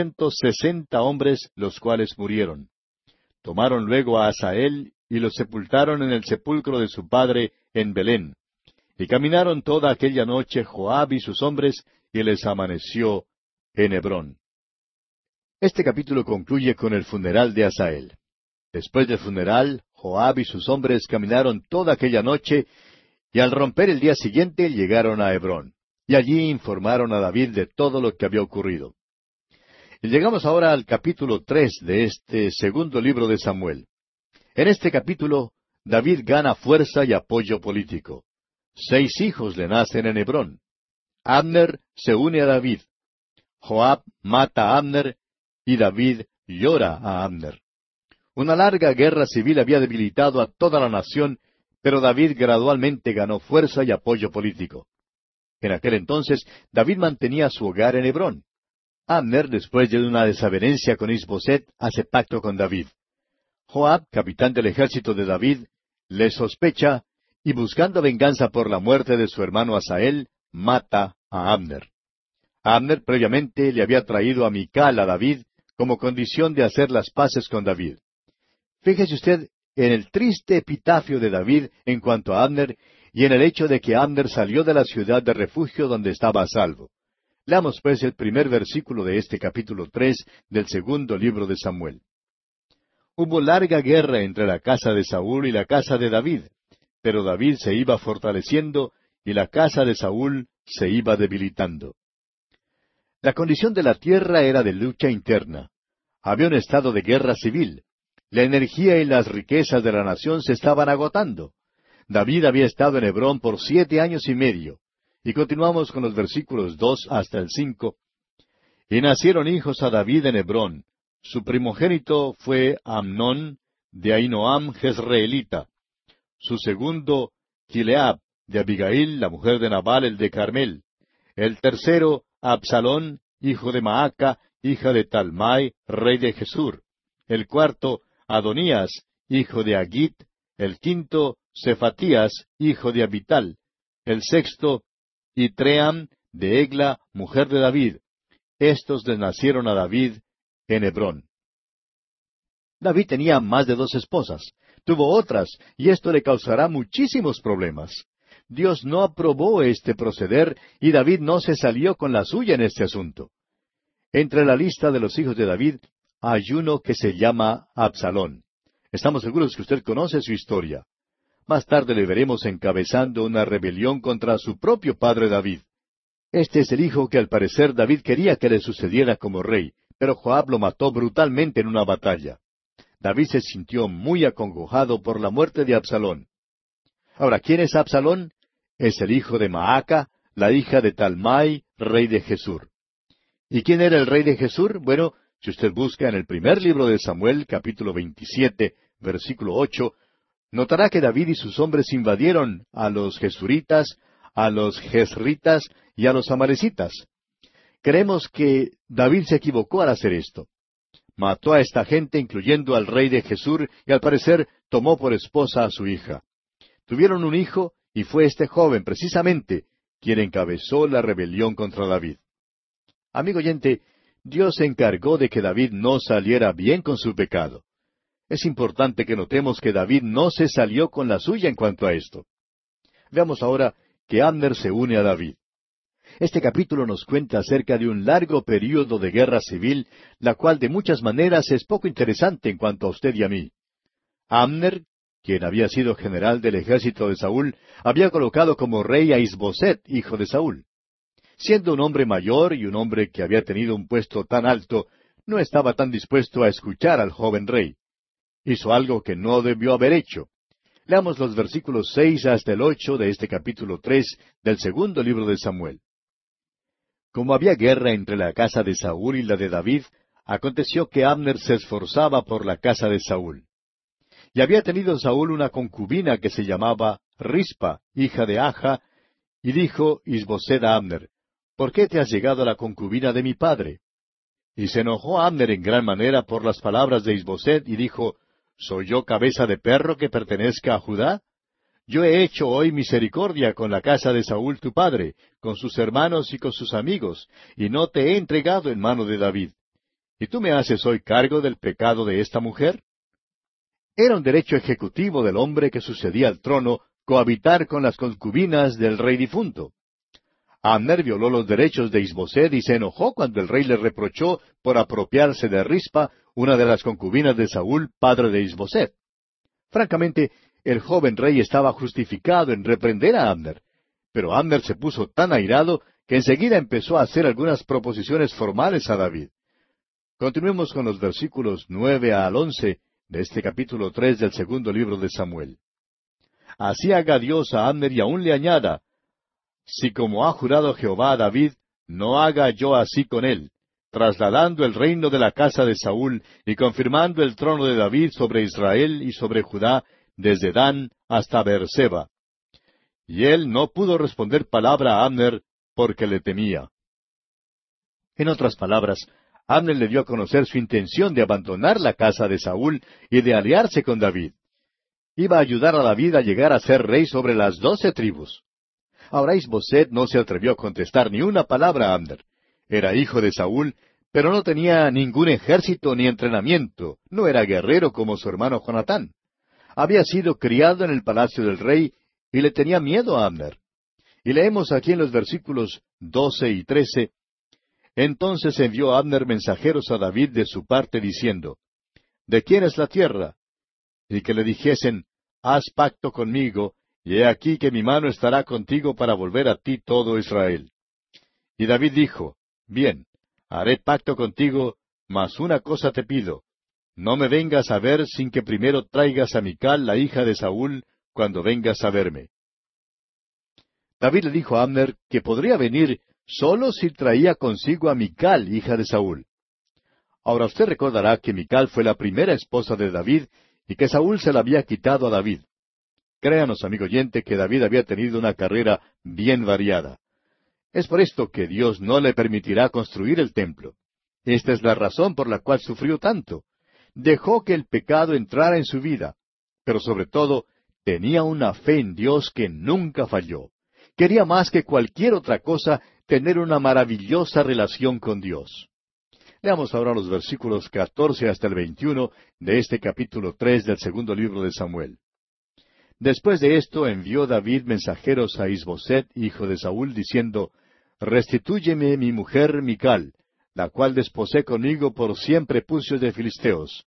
360 hombres, los cuales murieron. Tomaron luego a Asael y lo sepultaron en el sepulcro de su padre en Belén. Y caminaron toda aquella noche Joab y sus hombres, y les amaneció en Hebrón. Este capítulo concluye con el funeral de Asael. Después del funeral, Joab y sus hombres caminaron toda aquella noche, y al romper el día siguiente llegaron a Hebrón. Y allí informaron a David de todo lo que había ocurrido. Y llegamos ahora al capítulo 3 de este segundo libro de Samuel. En este capítulo, David gana fuerza y apoyo político. 6 hijos le nacen en Hebrón. Abner se une a David. Joab mata a Abner, y David llora a Abner. Una larga guerra civil había debilitado a toda la nación, pero David gradualmente ganó fuerza y apoyo político. En aquel entonces, David mantenía su hogar en Hebrón. Abner, después de una desavenencia con Isboset, hace pacto con David. Joab, capitán del ejército de David, le sospecha, y buscando venganza por la muerte de su hermano Asael, mata a Abner. Abner previamente le había traído a Mical a David como condición de hacer las paces con David. Fíjese usted en el triste epitafio de David en cuanto a Abner y en el hecho de que Abner salió de la ciudad de refugio donde estaba a salvo. Leamos pues el primer versículo de este capítulo 3 del segundo libro de Samuel. Hubo larga guerra entre la casa de Saúl y la casa de David, pero David se iba fortaleciendo y la casa de Saúl se iba debilitando. La condición de la tierra era de lucha interna. Había un estado de guerra civil. La energía y las riquezas de la nación se estaban agotando. David había estado en Hebrón por 7 años y medio. Y continuamos con los versículos 2 hasta el 5. Y nacieron hijos a David en Hebrón. Su primogénito fue Amnón, de Ahinoam jezreelita. Su segundo, Gileab, de Abigail, la mujer de Nabal, el de Carmel. El tercero, Absalón, hijo de Maaca, hija de Talmai, rey de Gesur. El cuarto, Adonías, hijo de Agit. El quinto, Cefatías, hijo de Abital. El sexto, Itream, de Egla, mujer de David. Estos les nacieron a David en Hebrón. David tenía más de 2 esposas. Tuvo otras, y esto le causará muchísimos problemas. Dios no aprobó este proceder, y David no se salió con la suya en este asunto. Entre la lista de los hijos de David hay uno que se llama Absalón. Estamos seguros que usted conoce su historia. Más tarde le veremos encabezando una rebelión contra su propio padre David. Este es el hijo que al parecer David quería que le sucediera como rey, pero Joab lo mató brutalmente en una batalla. David se sintió muy acongojado por la muerte de Absalón. Ahora, ¿quién es Absalón? Es el hijo de Maaca, la hija de Talmai, rey de Gesur. ¿Y quién era el rey de Gesur? Bueno, si usted busca en el primer libro de Samuel, capítulo 27, versículo 8, notará que David y sus hombres invadieron a los gesuritas, a los jezritas y a los amalecitas. Creemos que David se equivocó al hacer esto. Mató a esta gente, incluyendo al rey de Gesur, y al parecer tomó por esposa a su hija. Tuvieron un hijo, y fue este joven, precisamente, quien encabezó la rebelión contra David. Amigo oyente, Dios se encargó de que David no saliera bien con su pecado. Es importante que notemos que David no se salió con la suya en cuanto a esto. Veamos ahora que Abner se une a David. Este capítulo nos cuenta acerca de un largo período de guerra civil, la cual de muchas maneras es poco interesante en cuanto a usted y a mí. Abner, quien había sido general del ejército de Saúl, había colocado como rey a Isboset, hijo de Saúl. Siendo un hombre mayor y un hombre que había tenido un puesto tan alto, no estaba tan dispuesto a escuchar al joven rey. Hizo algo que no debió haber hecho. Leamos los versículos 6 hasta el 8 de este capítulo 3 del segundo libro de Samuel. Como había guerra entre la casa de Saúl y la de David, aconteció que Abner se esforzaba por la casa de Saúl. Y había tenido Saúl una concubina que se llamaba Rispa, hija de Aja, y dijo Isboset a Abner, ¿por qué te has llegado a la concubina de mi padre? Y se enojó Abner en gran manera por las palabras de Isboset, y dijo, ¿soy yo cabeza de perro que pertenezca a Judá? Yo he hecho hoy misericordia con la casa de Saúl tu padre, con sus hermanos y con sus amigos, y no te he entregado en mano de David. ¿Y tú me haces hoy cargo del pecado de esta mujer? Era un derecho ejecutivo del hombre que sucedía al trono cohabitar con las concubinas del rey difunto. Abner violó los derechos de Isboset y se enojó cuando el rey le reprochó por apropiarse de Rispa, una de las concubinas de Saúl, padre de Isboset. Francamente, el joven rey estaba justificado en reprender a Abner, pero Abner se puso tan airado que enseguida empezó a hacer algunas proposiciones formales a David. Continuemos con los versículos 9 al 11 de este capítulo 3 del segundo libro de Samuel. Así haga Dios a Abner y aún le añada, si como ha jurado Jehová a David, no haga yo así con él, trasladando el reino de la casa de Saúl y confirmando el trono de David sobre Israel y sobre Judá, desde Dan hasta Beerseba. Y él no pudo responder palabra a Abner porque le temía. En otras palabras, Abner le dio a conocer su intención de abandonar la casa de Saúl y de aliarse con David. Iba a ayudar a David a llegar a ser rey sobre las 12 tribus. Ahora Isboset no se atrevió a contestar ni una palabra a Abner. Era hijo de Saúl, pero no tenía ningún ejército ni entrenamiento, no era guerrero como su hermano Jonatán. Había sido criado en el palacio del rey y le tenía miedo a Abner. Y leemos aquí en los versículos 12 y 13: Entonces envió Abner mensajeros a David de su parte diciendo: ¿De quién es la tierra? Y que le dijesen: Haz pacto conmigo, y he aquí que mi mano estará contigo para volver a ti todo Israel. Y David dijo: Bien, haré pacto contigo, mas una cosa te pido: no me vengas a ver sin que primero traigas a Mical, la hija de Saúl, cuando vengas a verme. David le dijo a Abner que podría venir solo si traía consigo a Mical, hija de Saúl. Ahora usted recordará que Mical fue la primera esposa de David y que Saúl se la había quitado a David. Créanos, amigo oyente, que David había tenido una carrera bien variada. Es por esto que Dios no le permitirá construir el templo. Esta es la razón por la cual sufrió tanto. Dejó que el pecado entrara en su vida, pero sobre todo tenía una fe en Dios que nunca falló. Quería más que cualquier otra cosa tener una maravillosa relación con Dios. Leamos ahora los versículos 14 hasta el 21 de este capítulo 3 del segundo libro de Samuel. Después de esto envió David mensajeros a Isboset, hijo de Saúl, diciendo: Restitúyeme mi mujer Mical, la cual desposé conmigo por 100 prepucios de filisteos.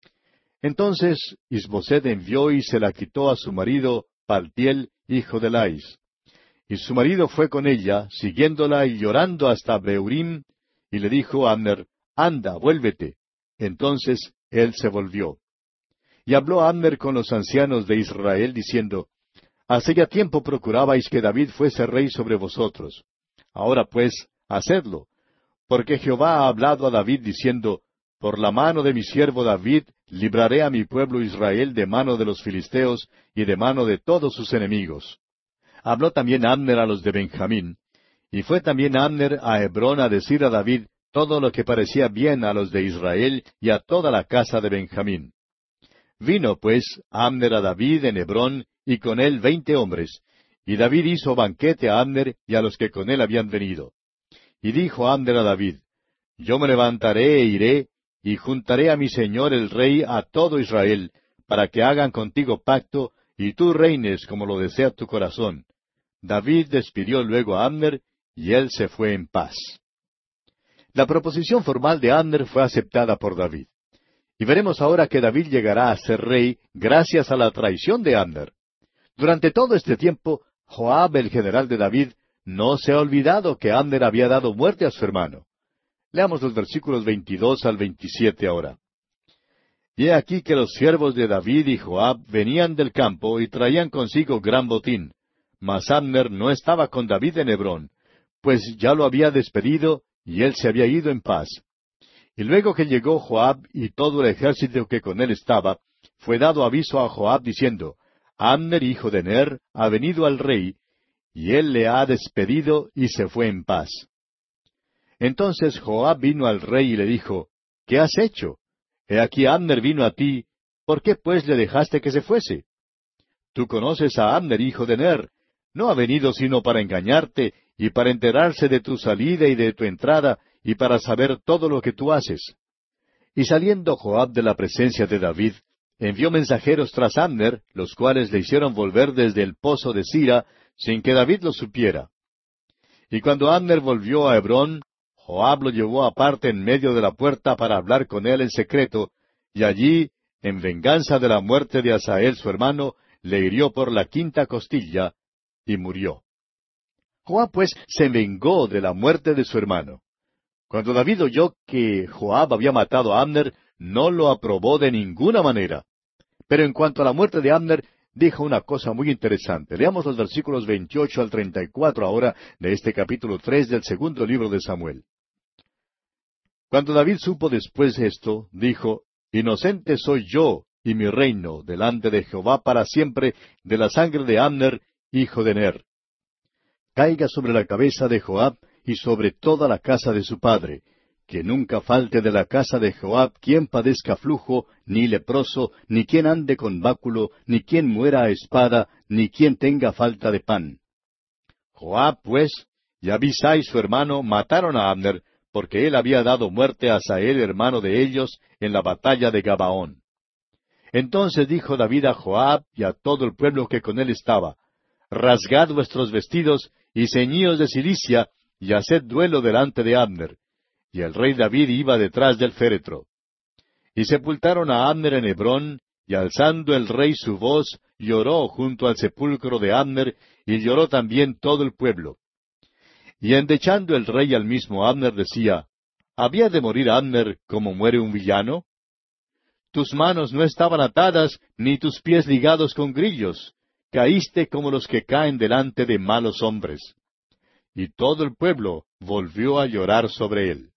Entonces Isboset envió y se la quitó a su marido Paltiel, hijo de Lais. Y su marido fue con ella, siguiéndola y llorando hasta Beurim, y le dijo a Abner: Anda, vuélvete. Entonces él se volvió. Y habló Abner con los ancianos de Israel, diciendo: Hace ya tiempo procurabais que David fuese rey sobre vosotros. Ahora pues, hacedlo, porque Jehová ha hablado a David, diciendo: Por la mano de mi siervo David libraré a mi pueblo Israel de mano de los filisteos y de mano de todos sus enemigos. Habló también Abner a los de Benjamín, y fue también Abner a Hebrón a decir a David todo lo que parecía bien a los de Israel y a toda la casa de Benjamín. Vino pues Abner a David en Hebrón, y con él 20 hombres, y David hizo banquete a Abner y a los que con él habían venido. Y dijo Abner a David: Yo me levantaré e iré, y juntaré a mi señor el rey a todo Israel, para que hagan contigo pacto, y tú reines como lo desea tu corazón. David despidió luego a Abner, y él se fue en paz. La proposición formal de Abner fue aceptada por David. Y veremos ahora que David llegará a ser rey gracias a la traición de Abner. Durante todo este tiempo, Joab, el general de David, no se ha olvidado que Abner había dado muerte a su hermano. Leamos los versículos 22 al 27 ahora. Y he aquí que los siervos de David y Joab venían del campo y traían consigo gran botín. Mas Abner no estaba con David en Hebrón, pues ya lo había despedido y él se había ido en paz. Y luego que llegó Joab y todo el ejército que con él estaba, fue dado aviso a Joab diciendo: Abner, hijo de Ner, ha venido al rey, y él le ha despedido y se fue en paz. Entonces Joab vino al rey y le dijo: ¿Qué has hecho? He aquí Abner vino a ti, ¿por qué pues le dejaste que se fuese? Tú conoces a Abner, hijo de Ner, no ha venido sino para engañarte, y para enterarse de tu salida y de tu entrada, y para saber todo lo que tú haces. Y saliendo Joab de la presencia de David, envió mensajeros tras Abner, los cuales le hicieron volver desde el pozo de Sira, sin que David lo supiera. Y cuando Abner volvió a Hebrón, Joab lo llevó aparte en medio de la puerta para hablar con él en secreto, y allí, en venganza de la muerte de Asael su hermano, le hirió por la 5ª costilla, y murió. Joab pues se vengó de la muerte de su hermano. Cuando David oyó que Joab había matado a Abner, no lo aprobó de ninguna manera. Pero en cuanto a la muerte de Abner, dijo una cosa muy interesante. Leamos los versículos 28 al 34 ahora de este capítulo 3 del segundo libro de Samuel. Cuando David supo después esto, dijo: Inocente soy yo y mi reino delante de Jehová para siempre de la sangre de Abner, hijo de Ner. Caiga sobre la cabeza de Joab y sobre toda la casa de su padre, que nunca falte de la casa de Joab quien padezca flujo, ni leproso, ni quien ande con báculo, ni quien muera a espada, ni quien tenga falta de pan. Joab, pues, y Abisai su hermano mataron a Abner, porque él había dado muerte a Asael, hermano de ellos, en la batalla de Gabaón. Entonces dijo David a Joab y a todo el pueblo que con él estaba, Rasgad vuestros vestidos y ceñíos de cilicia, y haced duelo delante de Abner. Y el rey David iba detrás del féretro. Y sepultaron a Abner en Hebrón, y alzando el rey su voz, lloró junto al sepulcro de Abner, y lloró también todo el pueblo. Y endechando el rey al mismo Abner decía, ¿había de morir Abner como muere un villano? Tus manos no estaban atadas, ni tus pies ligados con grillos. Caíste como los que caen delante de malos hombres. Y todo el pueblo volvió a llorar sobre él.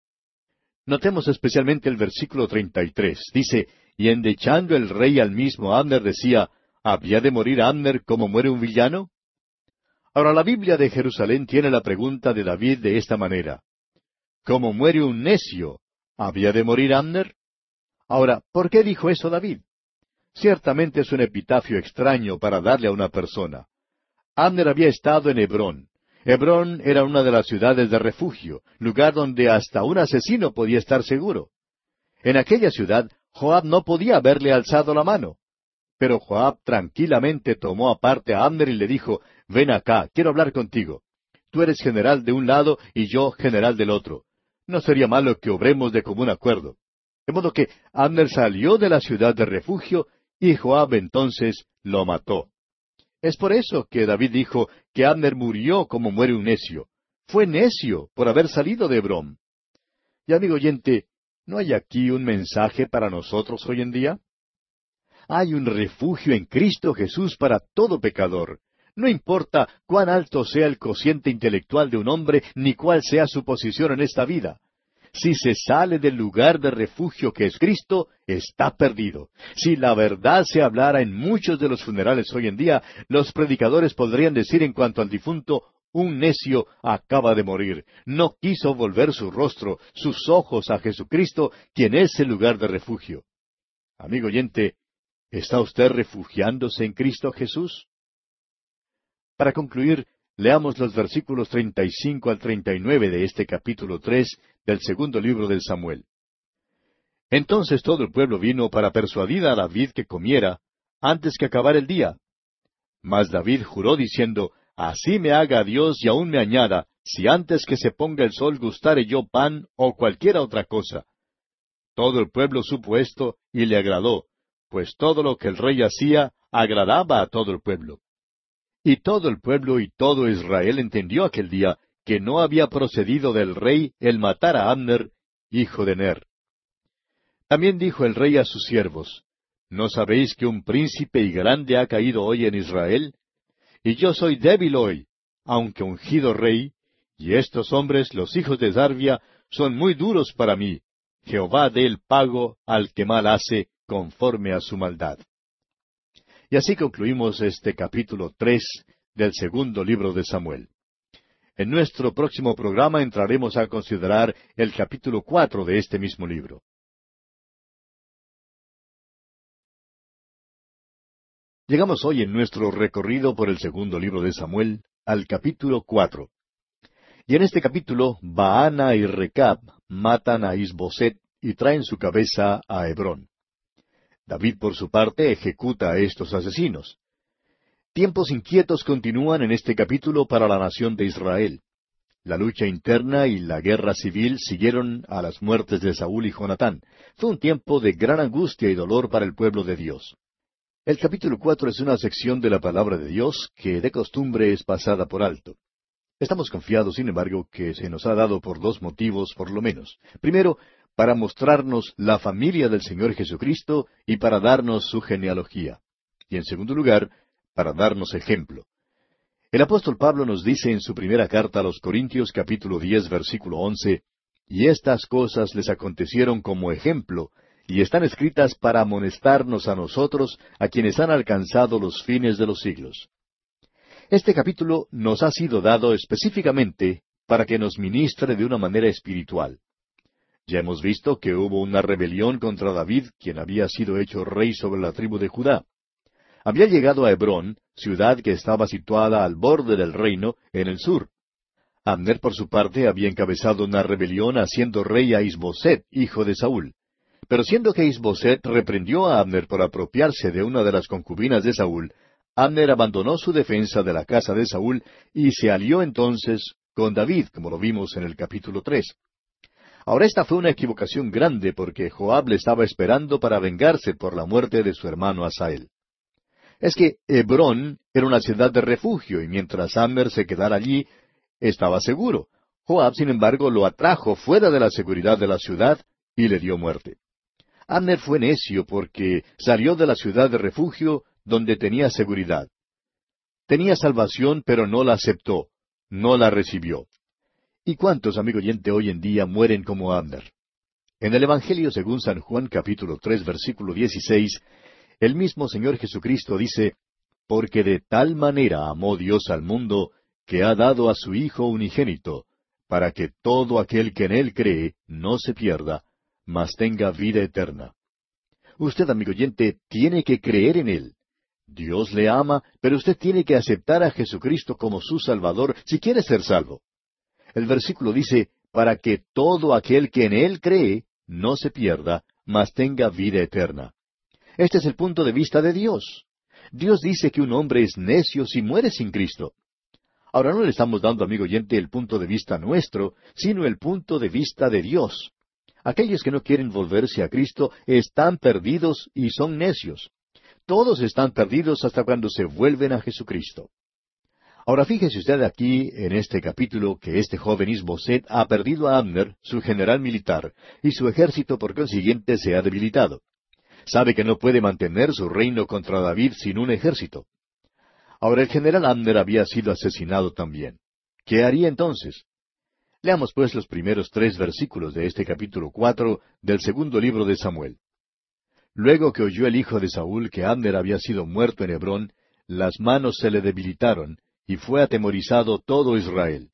Notemos especialmente el versículo 33. Dice, y endechando el rey al mismo Abner decía, ¿había de morir Abner como muere un villano? Ahora la Biblia de Jerusalén tiene la pregunta de David de esta manera. ¿Cómo muere un necio? ¿Había de morir Abner? Ahora, ¿por qué dijo eso David? Ciertamente es un epitafio extraño para darle a una persona. Abner había estado en Hebrón. Hebrón era una de las ciudades de refugio, lugar donde hasta un asesino podía estar seguro. En aquella ciudad, Joab no podía haberle alzado la mano. Pero Joab tranquilamente tomó aparte a Abner y le dijo, ven acá, quiero hablar contigo. Tú eres general de un lado y yo general del otro. No sería malo que obremos de común acuerdo. De modo que Abner salió de la ciudad de refugio y Joab entonces lo mató. Es por eso que David dijo que Abner murió como muere un necio. Fue necio por haber salido de Hebrón. Y amigo oyente, ¿no hay aquí un mensaje para nosotros hoy en día? Hay un refugio en Cristo Jesús para todo pecador. No importa cuán alto sea el cociente intelectual de un hombre, ni cuál sea su posición en esta vida. Si se sale del lugar de refugio que es Cristo, está perdido. Si la verdad se hablara en muchos de los funerales hoy en día, los predicadores podrían decir en cuanto al difunto, un necio acaba de morir. No quiso volver su rostro, sus ojos a Jesucristo, quien es el lugar de refugio. Amigo oyente, ¿está usted refugiándose en Cristo Jesús? Para concluir, leamos los versículos 35 al 39 de este capítulo 3 del segundo libro de Samuel. Entonces todo el pueblo vino para persuadir a David que comiera, antes que acabara el día. Mas David juró diciendo, Así me haga Dios y aún me añada, si antes que se ponga el sol gustare yo pan o cualquiera otra cosa. Todo el pueblo supo esto y le agradó, pues todo lo que el rey hacía agradaba a todo el pueblo. Y todo el pueblo y todo Israel entendió aquel día que no había procedido del rey el matar a Abner, hijo de Ner. También dijo el rey a sus siervos, ¿no sabéis que un príncipe y grande ha caído hoy en Israel? Y yo soy débil hoy, aunque ungido rey, y estos hombres, los hijos de Sarvia, son muy duros para mí. Jehová dé el pago al que mal hace, conforme a su maldad. Y así concluimos este capítulo 3 del segundo libro de Samuel. En nuestro próximo programa entraremos a considerar el capítulo 4 de este mismo libro. Llegamos hoy en nuestro recorrido por el segundo libro de Samuel al capítulo 4. Y en este capítulo, Baana y Recab matan a Isboset y traen su cabeza a Hebrón. David, por su parte, ejecuta a estos asesinos. Tiempos inquietos continúan en este capítulo para la nación de Israel. La lucha interna y la guerra civil siguieron a las muertes de Saúl y Jonatán. Fue un tiempo de gran angustia y dolor para el pueblo de Dios. El capítulo 4 es una sección de la palabra de Dios que de costumbre es pasada por alto. Estamos confiados, sin embargo, que se nos ha dado por dos motivos por lo menos. Primero, para mostrarnos la familia del Señor Jesucristo y para darnos su genealogía. Y en segundo lugar, para darnos ejemplo. El apóstol Pablo nos dice en su primera carta a los Corintios capítulo 10 versículo 11, y estas cosas les acontecieron como ejemplo, y están escritas para amonestarnos a nosotros, a quienes han alcanzado los fines de los siglos. Este capítulo nos ha sido dado específicamente para que nos ministre de una manera espiritual. Ya hemos visto que hubo una rebelión contra David, quien había sido hecho rey sobre la tribu de Judá. Había llegado a Hebrón, ciudad que estaba situada al borde del reino, en el sur. Abner, por su parte, había encabezado una rebelión haciendo rey a Isboset, hijo de Saúl. Pero siendo que Isboset reprendió a Abner por apropiarse de una de las concubinas de Saúl, Abner abandonó su defensa de la casa de Saúl y se alió entonces con David, como lo vimos en el capítulo 3. Ahora esta fue una equivocación grande porque Joab le estaba esperando para vengarse por la muerte de su hermano Asael. Es que Hebrón era una ciudad de refugio y mientras Abner se quedara allí, estaba seguro. Joab, sin embargo, lo atrajo fuera de la seguridad de la ciudad y le dio muerte. Abner fue necio porque salió de la ciudad de refugio donde tenía seguridad. Tenía salvación, pero no la aceptó, no la recibió. ¿Y cuántos, amigo oyente, hoy en día mueren como Abner? En el Evangelio según San Juan capítulo 3 versículo 16, el mismo Señor Jesucristo dice, «Porque de tal manera amó Dios al mundo, que ha dado a su Hijo unigénito, para que todo aquel que en Él cree no se pierda, mas tenga vida eterna». Usted, amigo oyente, tiene que creer en Él. Dios le ama, pero usted tiene que aceptar a Jesucristo como su Salvador si quiere ser salvo. El versículo dice, para que todo aquel que en Él cree no se pierda, mas tenga vida eterna. Este es el punto de vista de Dios. Dios dice que un hombre es necio si muere sin Cristo. Ahora no le estamos dando, amigo oyente, el punto de vista nuestro, sino el punto de vista de Dios. Aquellos que no quieren volverse a Cristo están perdidos y son necios. Todos están perdidos hasta cuando se vuelven a Jesucristo. Ahora fíjese usted aquí, en este capítulo, que este joven Isboset ha perdido a Abner, su general militar, y su ejército por consiguiente se ha debilitado. Sabe que no puede mantener su reino contra David sin un ejército. Ahora el general Abner había sido asesinado también. ¿Qué haría entonces? Leamos pues los primeros 3 versículos de este capítulo 4 del segundo libro de Samuel. Luego que oyó el hijo de Saúl que Abner había sido muerto en Hebrón, las manos se le debilitaron, y fue atemorizado todo Israel.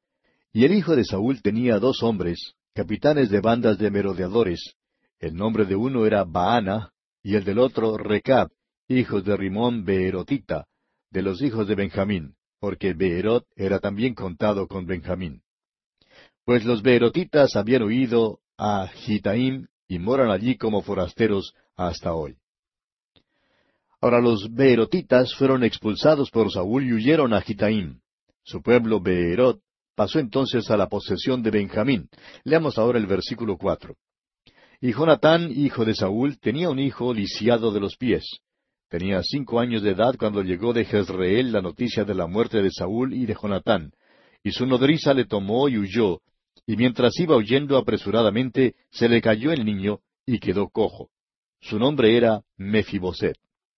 Y el hijo de Saúl tenía 2 hombres, capitanes de bandas de merodeadores. El nombre de uno era Baana, y el del otro Recab, hijos de Rimón Beerotita, de los hijos de Benjamín, porque Beerot era también contado con Benjamín. Pues los Beerotitas habían huido a Gitaim y moran allí como forasteros hasta hoy. Ahora los Beerotitas fueron expulsados por Saúl y huyeron a Gitaim. Su pueblo Beerot pasó entonces a la posesión de Benjamín. Leamos ahora el versículo 4. Y Jonatán, hijo de Saúl, tenía un hijo lisiado de los pies. Tenía 5 años de edad cuando llegó de Jezreel la noticia de la muerte de Saúl y de Jonatán. Y su nodriza le tomó y huyó, y mientras iba huyendo apresuradamente, se le cayó el niño y quedó cojo. Su nombre era Mefiboset.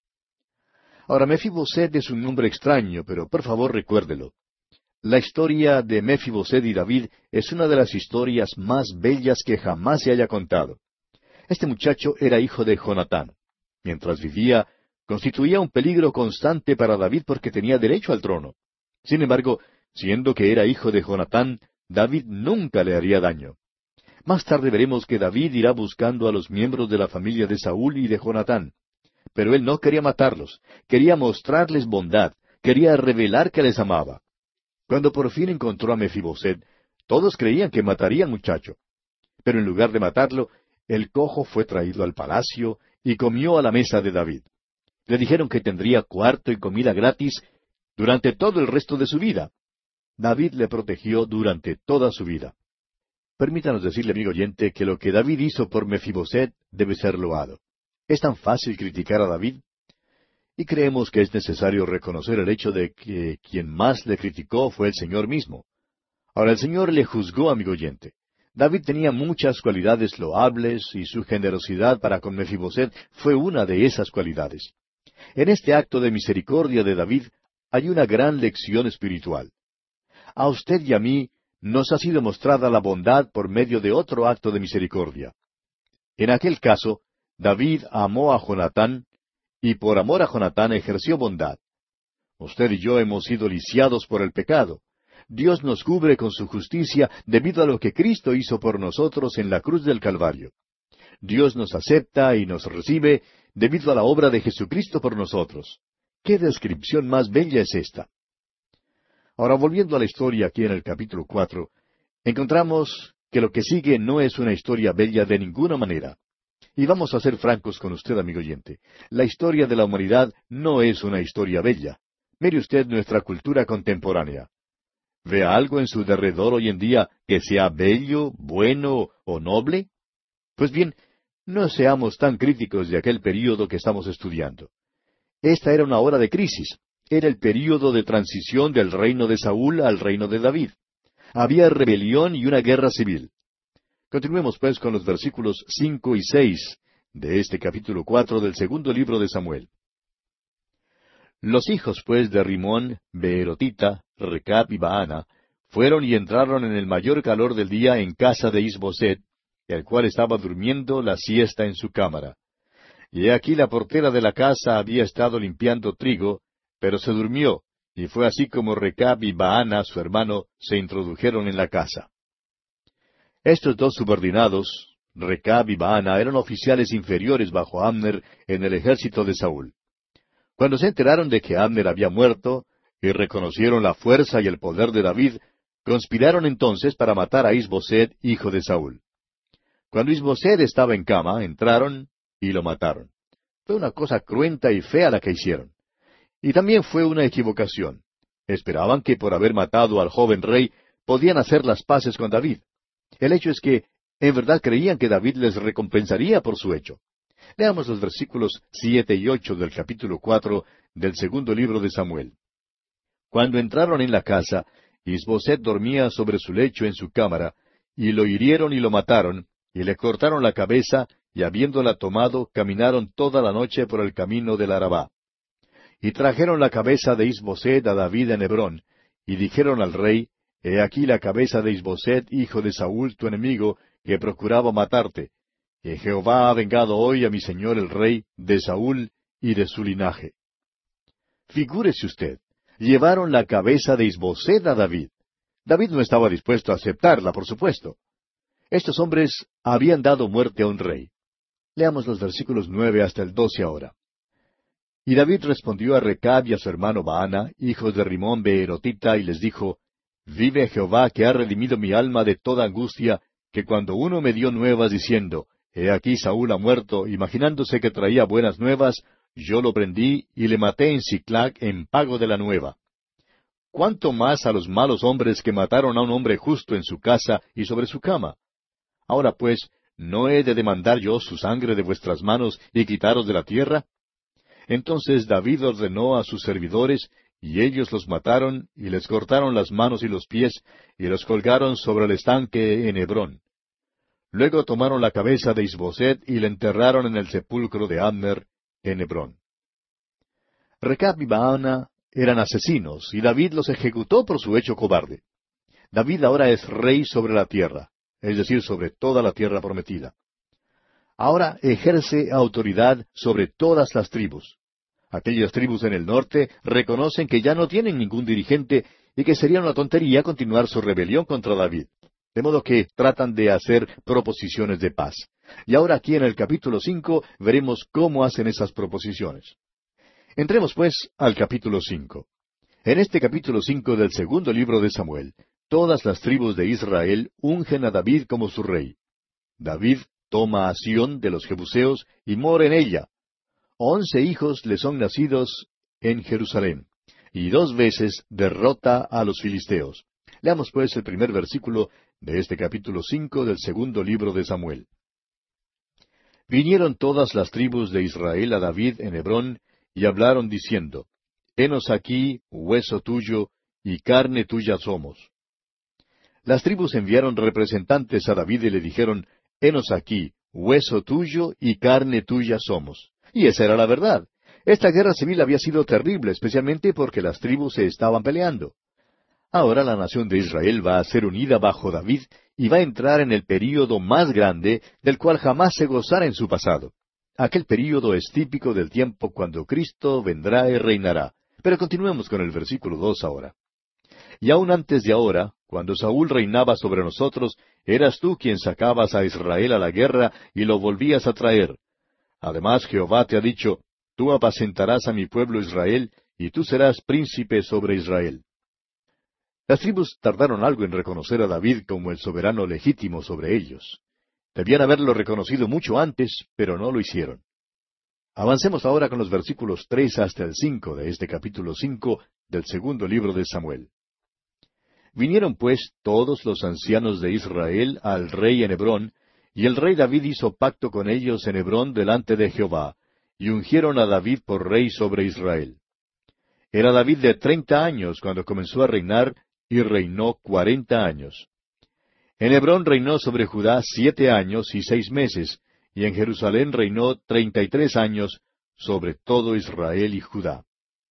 Ahora, Mefiboset es un nombre extraño, pero por favor recuérdelo. La historia de Mefiboset y David es una de las historias más bellas que jamás se haya contado. Este muchacho era hijo de Jonatán. Mientras vivía, constituía un peligro constante para David porque tenía derecho al trono. Sin embargo, siendo que era hijo de Jonatán, David nunca le haría daño. Más tarde veremos que David irá buscando a los miembros de la familia de Saúl y de Jonatán. Pero él no quería matarlos, quería mostrarles bondad, quería revelar que les amaba. Cuando por fin encontró a Mefiboset, todos creían que mataría al muchacho. Pero en lugar de matarlo, el cojo fue traído al palacio y comió a la mesa de David. Le dijeron que tendría cuarto y comida gratis durante todo el resto de su vida. David le protegió durante toda su vida. Permítanos decirle, amigo oyente, que lo que David hizo por Mefiboset debe ser loado. ¿Es tan fácil criticar a David? Y creemos que es necesario reconocer el hecho de que quien más le criticó fue el Señor mismo. Ahora el Señor le juzgó, amigo oyente. David tenía muchas cualidades loables y su generosidad para con Mefiboset fue una de esas cualidades. En este acto de misericordia de David hay una gran lección espiritual. A usted y a mí nos ha sido mostrada la bondad por medio de otro acto de misericordia. En aquel caso, David amó a Jonatán y por amor a Jonatán ejerció bondad. Usted y yo hemos sido lisiados por el pecado. Dios nos cubre con su justicia debido a lo que Cristo hizo por nosotros en la cruz del Calvario. Dios nos acepta y nos recibe debido a la obra de Jesucristo por nosotros. ¿Qué descripción más bella es esta? Ahora, volviendo a la historia aquí en el capítulo 4, encontramos que lo que sigue no es una historia bella de ninguna manera. Y vamos a ser francos con usted, amigo oyente. La historia de la humanidad no es una historia bella. Mire usted nuestra cultura contemporánea. ¿Ve algo en su derredor hoy en día que sea bello, bueno o noble? Pues bien, no seamos tan críticos de aquel período que estamos estudiando. Esta era una hora de crisis. Era el período de transición del reino de Saúl al reino de David. Había rebelión y una guerra civil. Continuemos pues con los versículos 5 y 6 de este capítulo 4 del segundo libro de Samuel. Los hijos pues de Rimón, Beerotita, Recab y Baana, fueron y entraron en el mayor calor del día en casa de Isboset, el cual estaba durmiendo la siesta en su cámara. Y he aquí la portera de la casa había estado limpiando trigo, pero se durmió, y fue así como Recab y Baana, su hermano, se introdujeron en la casa. Estos dos subordinados, Recab y Baana, eran oficiales inferiores bajo Abner en el ejército de Saúl. Cuando se enteraron de que Abner había muerto, y reconocieron la fuerza y el poder de David, conspiraron entonces para matar a Isboset, hijo de Saúl. Cuando Isboset estaba en cama, entraron y lo mataron. Fue una cosa cruenta y fea la que hicieron. Y también fue una equivocación. Esperaban que por haber matado al joven rey, podían hacer las paces con David. El hecho es que, en verdad creían que David les recompensaría por su hecho. Leamos los versículos 7 y 8 del capítulo 4 del segundo libro de Samuel. Cuando entraron en la casa, Isboset dormía sobre su lecho en su cámara, y lo hirieron y lo mataron, y le cortaron la cabeza, y habiéndola tomado, caminaron toda la noche por el camino del Arabá. Y trajeron la cabeza de Isboset a David en Hebrón, y dijeron al rey, He aquí la cabeza de Isboset, hijo de Saúl, tu enemigo, que procuraba matarte. Y Jehová ha vengado hoy a mi señor el rey de Saúl y de su linaje. Figúrese usted, llevaron la cabeza de Isboset a David. David no estaba dispuesto a aceptarla, por supuesto. Estos hombres habían dado muerte a un rey. Leamos los versículos 9 hasta el 12 ahora. Y David respondió a Recab y a su hermano Baana, hijos de Rimón Beerotita, y les dijo, Vive Jehová, que ha redimido mi alma de toda angustia, que cuando uno me dio nuevas diciendo, He aquí Saúl ha muerto, imaginándose que traía buenas nuevas, yo lo prendí y le maté en Siclag en pago de la nueva. ¿Cuánto más a los malos hombres que mataron a un hombre justo en su casa y sobre su cama? Ahora pues, ¿no he de demandar yo su sangre de vuestras manos y quitaros de la tierra? Entonces David ordenó a sus servidores, y ellos los mataron, y les cortaron las manos y los pies, y los colgaron sobre el estanque en Hebrón. Luego tomaron la cabeza de Isboset y la enterraron en el sepulcro de Abner en Hebrón. Recab y Baana eran asesinos, y David los ejecutó por su hecho cobarde. David ahora es rey sobre la tierra, es decir, sobre toda la tierra prometida. Ahora ejerce autoridad sobre todas las tribus. Aquellas tribus en el norte reconocen que ya no tienen ningún dirigente y que sería una tontería continuar su rebelión contra David. De modo que tratan de hacer proposiciones de paz. Y ahora aquí en el capítulo 5 veremos cómo hacen esas proposiciones. Entremos pues al capítulo 5. En este capítulo 5 del segundo libro de Samuel, todas las tribus de Israel ungen a David como su rey. David toma a Sión de los Jebuseos y mora en ella. 11 hijos le son nacidos en Jerusalén, y 2 veces derrota a los filisteos. Leamos pues el primer versículo de este capítulo 5 del segundo libro de Samuel. Vinieron todas las tribus de Israel a David en Hebrón, y hablaron diciendo, Henos aquí, hueso tuyo, y carne tuya somos. Las tribus enviaron representantes a David y le dijeron, Henos aquí, hueso tuyo y carne tuya somos. Y esa era la verdad. Esta guerra civil había sido terrible, especialmente porque las tribus se estaban peleando. Ahora la nación de Israel va a ser unida bajo David y va a entrar en el período más grande del cual jamás se gozara en su pasado. Aquel período es típico del tiempo cuando Cristo vendrá y reinará. Pero continuemos con el versículo 2 ahora. Y aun antes de ahora, cuando Saúl reinaba sobre nosotros, eras tú quien sacabas a Israel a la guerra y lo volvías a traer. Además Jehová te ha dicho, tú apacentarás a mi pueblo Israel, y tú serás príncipe sobre Israel. Las tribus tardaron algo en reconocer a David como el soberano legítimo sobre ellos. Debían haberlo reconocido mucho antes, pero no lo hicieron. Avancemos ahora con los versículos 3 hasta el 5 de este capítulo 5 del segundo libro de Samuel. Vinieron pues todos los ancianos de Israel al rey en Hebrón, y el rey David hizo pacto con ellos en Hebrón delante de Jehová, y ungieron a David por rey sobre Israel. Era David de 30 años cuando comenzó a reinar, y reinó 40 años. En Hebrón reinó sobre Judá 7 años y 6 meses, y en Jerusalén reinó 33 años sobre todo Israel y Judá.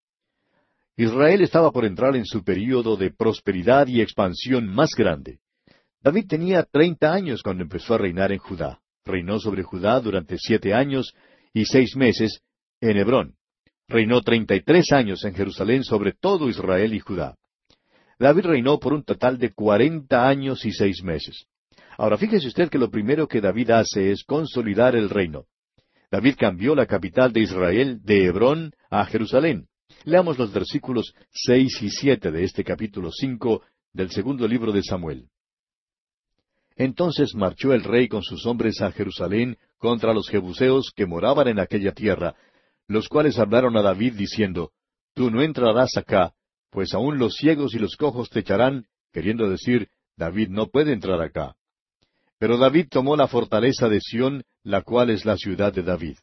Israel estaba por entrar en su período de prosperidad y expansión más grande. David tenía 30 años cuando empezó a reinar en Judá. Reinó sobre Judá durante 7 años y 6 meses en Hebrón. Reinó 33 años en Jerusalén sobre todo Israel y Judá. David reinó por un total de 40 años y 6 meses. Ahora fíjese usted que lo primero que David hace es consolidar el reino. David cambió la capital de Israel de Hebrón a Jerusalén. Leamos los versículos 6 y 7 de este capítulo 5 del segundo libro de Samuel. Entonces marchó el rey con sus hombres a Jerusalén contra los jebuseos que moraban en aquella tierra, los cuales hablaron a David diciendo, Tú no entrarás acá, pues aun los ciegos y los cojos te echarán, queriendo decir, David no puede entrar acá. Pero David tomó la fortaleza de Sión, la cual es la ciudad de David.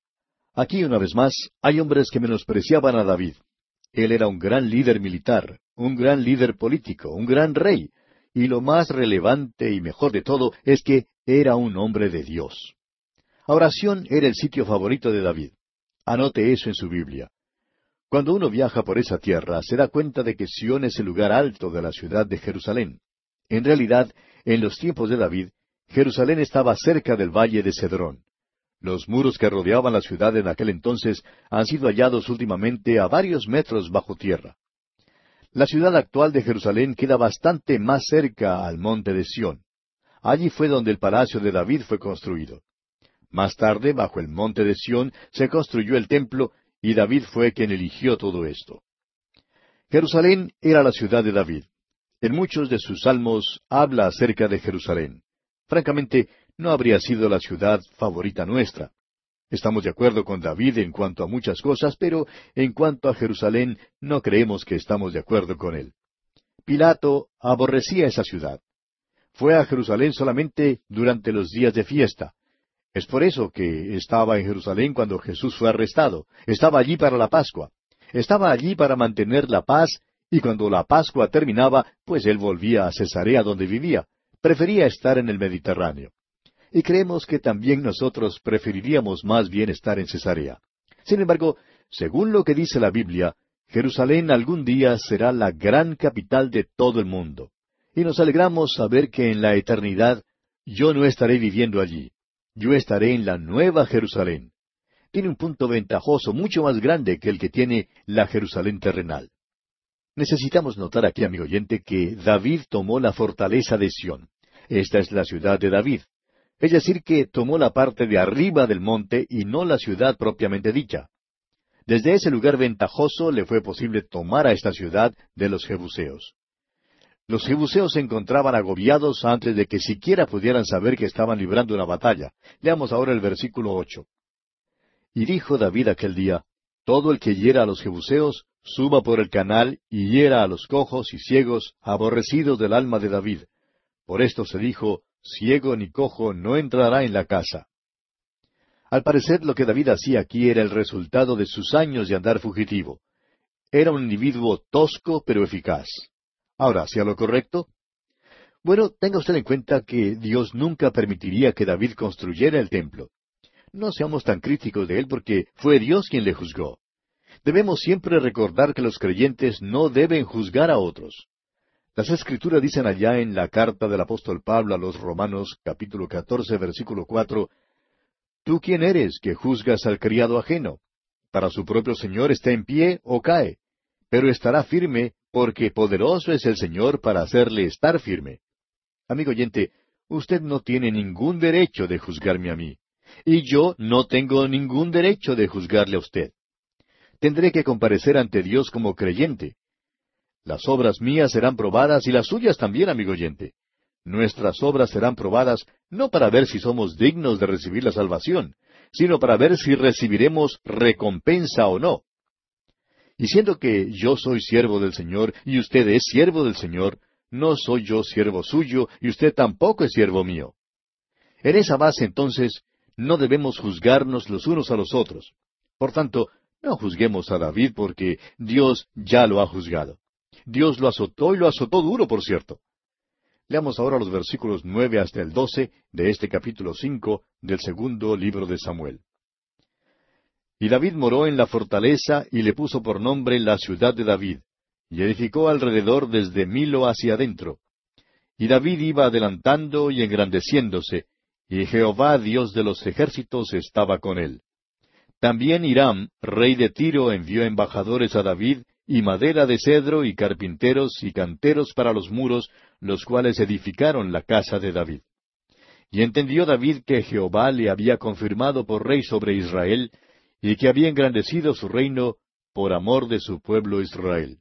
Aquí, una vez más, hay hombres que menospreciaban a David. Él era un gran líder militar, un gran líder político, un gran rey, y lo más relevante y mejor de todo es que era un hombre de Dios. Ahora, Sión era el sitio favorito de David. Anote eso en su Biblia. Cuando uno viaja por esa tierra, se da cuenta de que Sión es el lugar alto de la ciudad de Jerusalén. En realidad, en los tiempos de David, Jerusalén estaba cerca del valle de Cedrón. Los muros que rodeaban la ciudad en aquel entonces han sido hallados últimamente a varios metros bajo tierra. La ciudad actual de Jerusalén queda bastante más cerca al monte de Sión. Allí fue donde el palacio de David fue construido. Más tarde, bajo el monte de Sión, se construyó el templo, y David fue quien eligió todo esto. Jerusalén era la ciudad de David. En muchos de sus salmos habla acerca de Jerusalén. Francamente, no habría sido la ciudad favorita nuestra. Estamos de acuerdo con David en cuanto a muchas cosas, pero en cuanto a Jerusalén no creemos que estamos de acuerdo con él. Pilato aborrecía esa ciudad. Fue a Jerusalén solamente durante los días de fiesta. Es por eso que estaba en Jerusalén cuando Jesús fue arrestado. Estaba allí para la Pascua. Estaba allí para mantener la paz, y cuando la Pascua terminaba, pues él volvía a Cesarea donde vivía. Prefería estar en el Mediterráneo. Y creemos que también nosotros preferiríamos más bien estar en Cesarea. Sin embargo, según lo que dice la Biblia, Jerusalén algún día será la gran capital de todo el mundo. Y nos alegramos saber que en la eternidad yo no estaré viviendo allí. Yo estaré en la nueva Jerusalén. Tiene un punto ventajoso mucho más grande que el que tiene la Jerusalén terrenal. Necesitamos notar aquí, amigo oyente, que David tomó la fortaleza de Sión. Esta es la ciudad de David. Es decir, que tomó la parte de arriba del monte y no la ciudad propiamente dicha. Desde ese lugar ventajoso le fue posible tomar a esta ciudad de los jebuseos. Los jebuseos se encontraban agobiados antes de que siquiera pudieran saber que estaban librando una batalla. Leamos ahora el versículo 8. Y dijo David aquel día, Todo el que hiera a los jebuseos, suba por el canal y hiera a los cojos y ciegos, aborrecidos del alma de David. Por esto se dijo, ciego ni cojo no entrará en la casa. Al parecer lo que David hacía aquí era el resultado de sus años de andar fugitivo. Era un individuo tosco pero eficaz. Ahora, ¿hacía lo correcto? Bueno, tenga usted en cuenta que Dios nunca permitiría que David construyera el templo. No seamos tan críticos de él porque fue Dios quien le juzgó. Debemos siempre recordar que los creyentes no deben juzgar a otros. Las Escrituras dicen allá en la carta del apóstol Pablo a los Romanos, capítulo 14, versículo 4, ¿Tú quién eres que juzgas al criado ajeno? Para su propio Señor está en pie o cae, pero estará firme, porque poderoso es el Señor para hacerle estar firme. Amigo oyente, usted no tiene ningún derecho de juzgarme a mí, y yo no tengo ningún derecho de juzgarle a usted. Tendré que comparecer ante Dios como creyente. Las obras mías serán probadas y las suyas también, amigo oyente. Nuestras obras serán probadas no para ver si somos dignos de recibir la salvación, sino para ver si recibiremos recompensa o no. Y siendo que yo soy siervo del Señor y usted es siervo del Señor, no soy yo siervo suyo y usted tampoco es siervo mío. En esa base, entonces, no debemos juzgarnos los unos a los otros. Por tanto, no juzguemos a David porque Dios ya lo ha juzgado. Dios lo azotó y lo azotó duro, por cierto. Leamos ahora los versículos 9 hasta el 12 de este capítulo 5 del segundo libro de Samuel. Y David moró en la fortaleza y le puso por nombre la ciudad de David, y edificó alrededor desde Milo hacia adentro. Y David iba adelantando y engrandeciéndose, y Jehová Dios de los ejércitos estaba con él. También Hiram, rey de Tiro, envió embajadores a David, y madera de cedro, y carpinteros, y canteros para los muros, los cuales edificaron la casa de David. Y entendió David que Jehová le había confirmado por rey sobre Israel, y que había engrandecido su reino por amor de su pueblo Israel.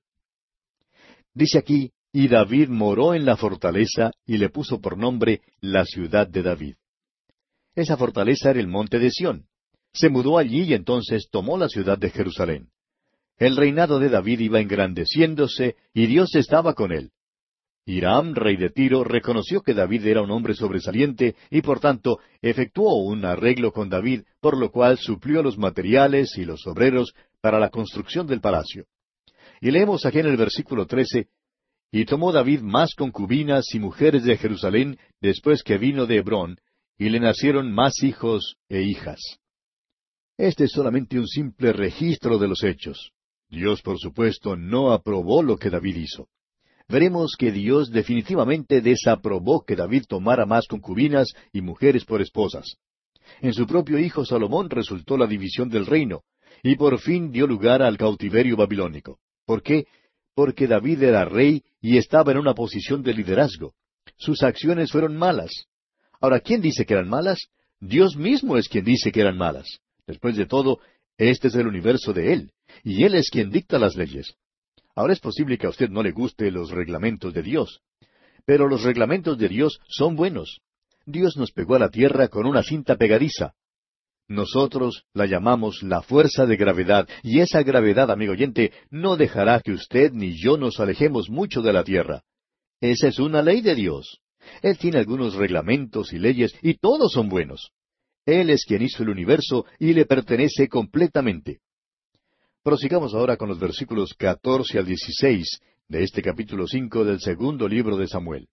Dice aquí, y David moró en la fortaleza, y le puso por nombre la ciudad de David. Esa fortaleza era el monte de Sión. Se mudó allí y entonces tomó la ciudad de Jerusalén. El reinado de David iba engrandeciéndose y Dios estaba con él. Hiram, rey de Tiro, reconoció que David era un hombre sobresaliente y por tanto efectuó un arreglo con David, por lo cual suplió los materiales y los obreros para la construcción del palacio. Y leemos aquí en el versículo 13, y tomó David más concubinas y mujeres de Jerusalén después que vino de Hebrón, y le nacieron más hijos e hijas. Este es solamente un simple registro de los hechos. Dios, por supuesto, no aprobó lo que David hizo. Veremos que Dios definitivamente desaprobó que David tomara más concubinas y mujeres por esposas. En su propio hijo Salomón resultó la división del reino, y por fin dio lugar al cautiverio babilónico. ¿Por qué? Porque David era rey y estaba en una posición de liderazgo. Sus acciones fueron malas. Ahora, ¿quién dice que eran malas? Dios mismo es quien dice que eran malas. Después de todo, este es el universo de Él, y Él es quien dicta las leyes. Ahora es posible que a usted no le guste los reglamentos de Dios, pero los reglamentos de Dios son buenos. Dios nos pegó a la tierra con una cinta pegadiza. Nosotros la llamamos la fuerza de gravedad, y esa gravedad, amigo oyente, no dejará que usted ni yo nos alejemos mucho de la tierra. Esa es una ley de Dios. Él tiene algunos reglamentos y leyes, y todos son buenos. Él es quien hizo el universo y le pertenece completamente. Prosigamos ahora con los versículos 14 al 16 de este capítulo 5 del segundo libro de Samuel.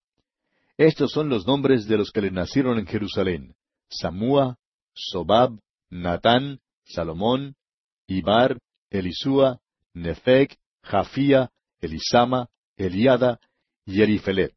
Estos son los nombres de los que le nacieron en Jerusalén: Samúa, Sobab, Natán, Salomón, Ibar, Elisúa, Nefeg, Jafía, Elisama, Eliada y Elifelet.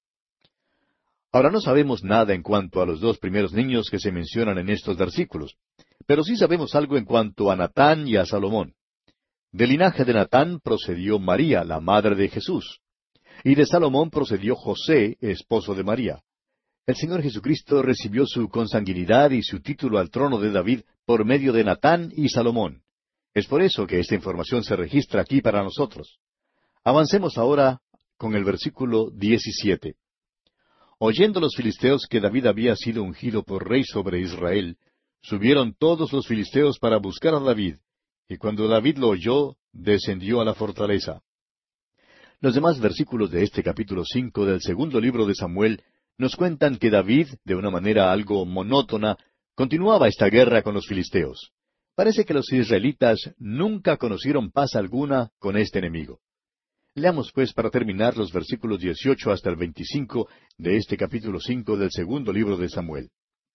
Ahora no sabemos nada en cuanto a los dos primeros niños que se mencionan en estos versículos, pero sí sabemos algo en cuanto a Natán y a Salomón. Del linaje de Natán procedió María, la madre de Jesús, y de Salomón procedió José, esposo de María. El Señor Jesucristo recibió su consanguinidad y su título al trono de David por medio de Natán y Salomón. Es por eso que esta información se registra aquí para nosotros. Avancemos ahora con el versículo 17. Oyendo los filisteos que David había sido ungido por rey sobre Israel, subieron todos los filisteos para buscar a David, y cuando David lo oyó, descendió a la fortaleza. Los demás versículos de este capítulo 5 del segundo libro de Samuel nos cuentan que David, de una manera algo monótona, continuaba esta guerra con los filisteos. Parece que los israelitas nunca conocieron paz alguna con este enemigo. Leamos pues para terminar los versículos 18 hasta el 25 de este capítulo 5 del segundo libro de Samuel.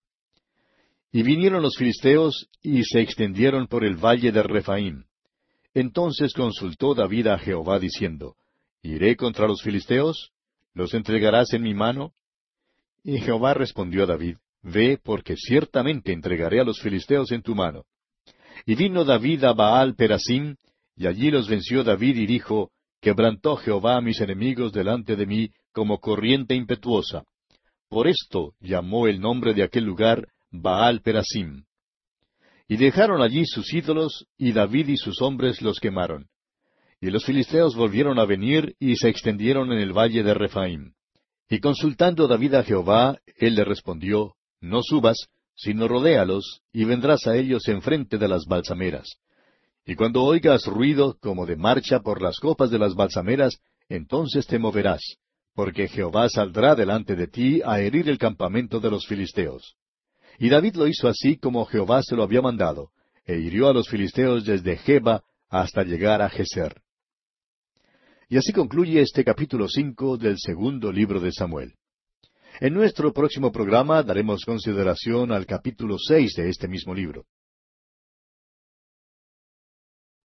Y vinieron los filisteos y se extendieron por el valle de Rephaim. Entonces consultó David a Jehová diciendo: ¿Iré contra los filisteos? ¿Los entregarás en mi mano? Y Jehová respondió a David: Ve, porque ciertamente entregaré a los filisteos en tu mano. Y vino David a Baal Perasim, y allí los venció David y dijo: Quebrantó Jehová a mis enemigos delante de mí como corriente impetuosa. Por esto llamó el nombre de aquel lugar Baal Perasim. Y dejaron allí sus ídolos, y David y sus hombres los quemaron. Y los filisteos volvieron a venir y se extendieron en el valle de Rephaim. Y consultando David a Jehová, él le respondió, No subas, sino rodéalos, y vendrás a ellos enfrente de las balsameras. Y cuando oigas ruido como de marcha por las copas de las balsameras, entonces te moverás, porque Jehová saldrá delante de ti a herir el campamento de los filisteos. Y David lo hizo así como Jehová se lo había mandado, e hirió a los filisteos desde Geba hasta llegar a Geser. Y así concluye este capítulo 5 del segundo libro de Samuel. En nuestro próximo programa daremos consideración al capítulo 6 de este mismo libro.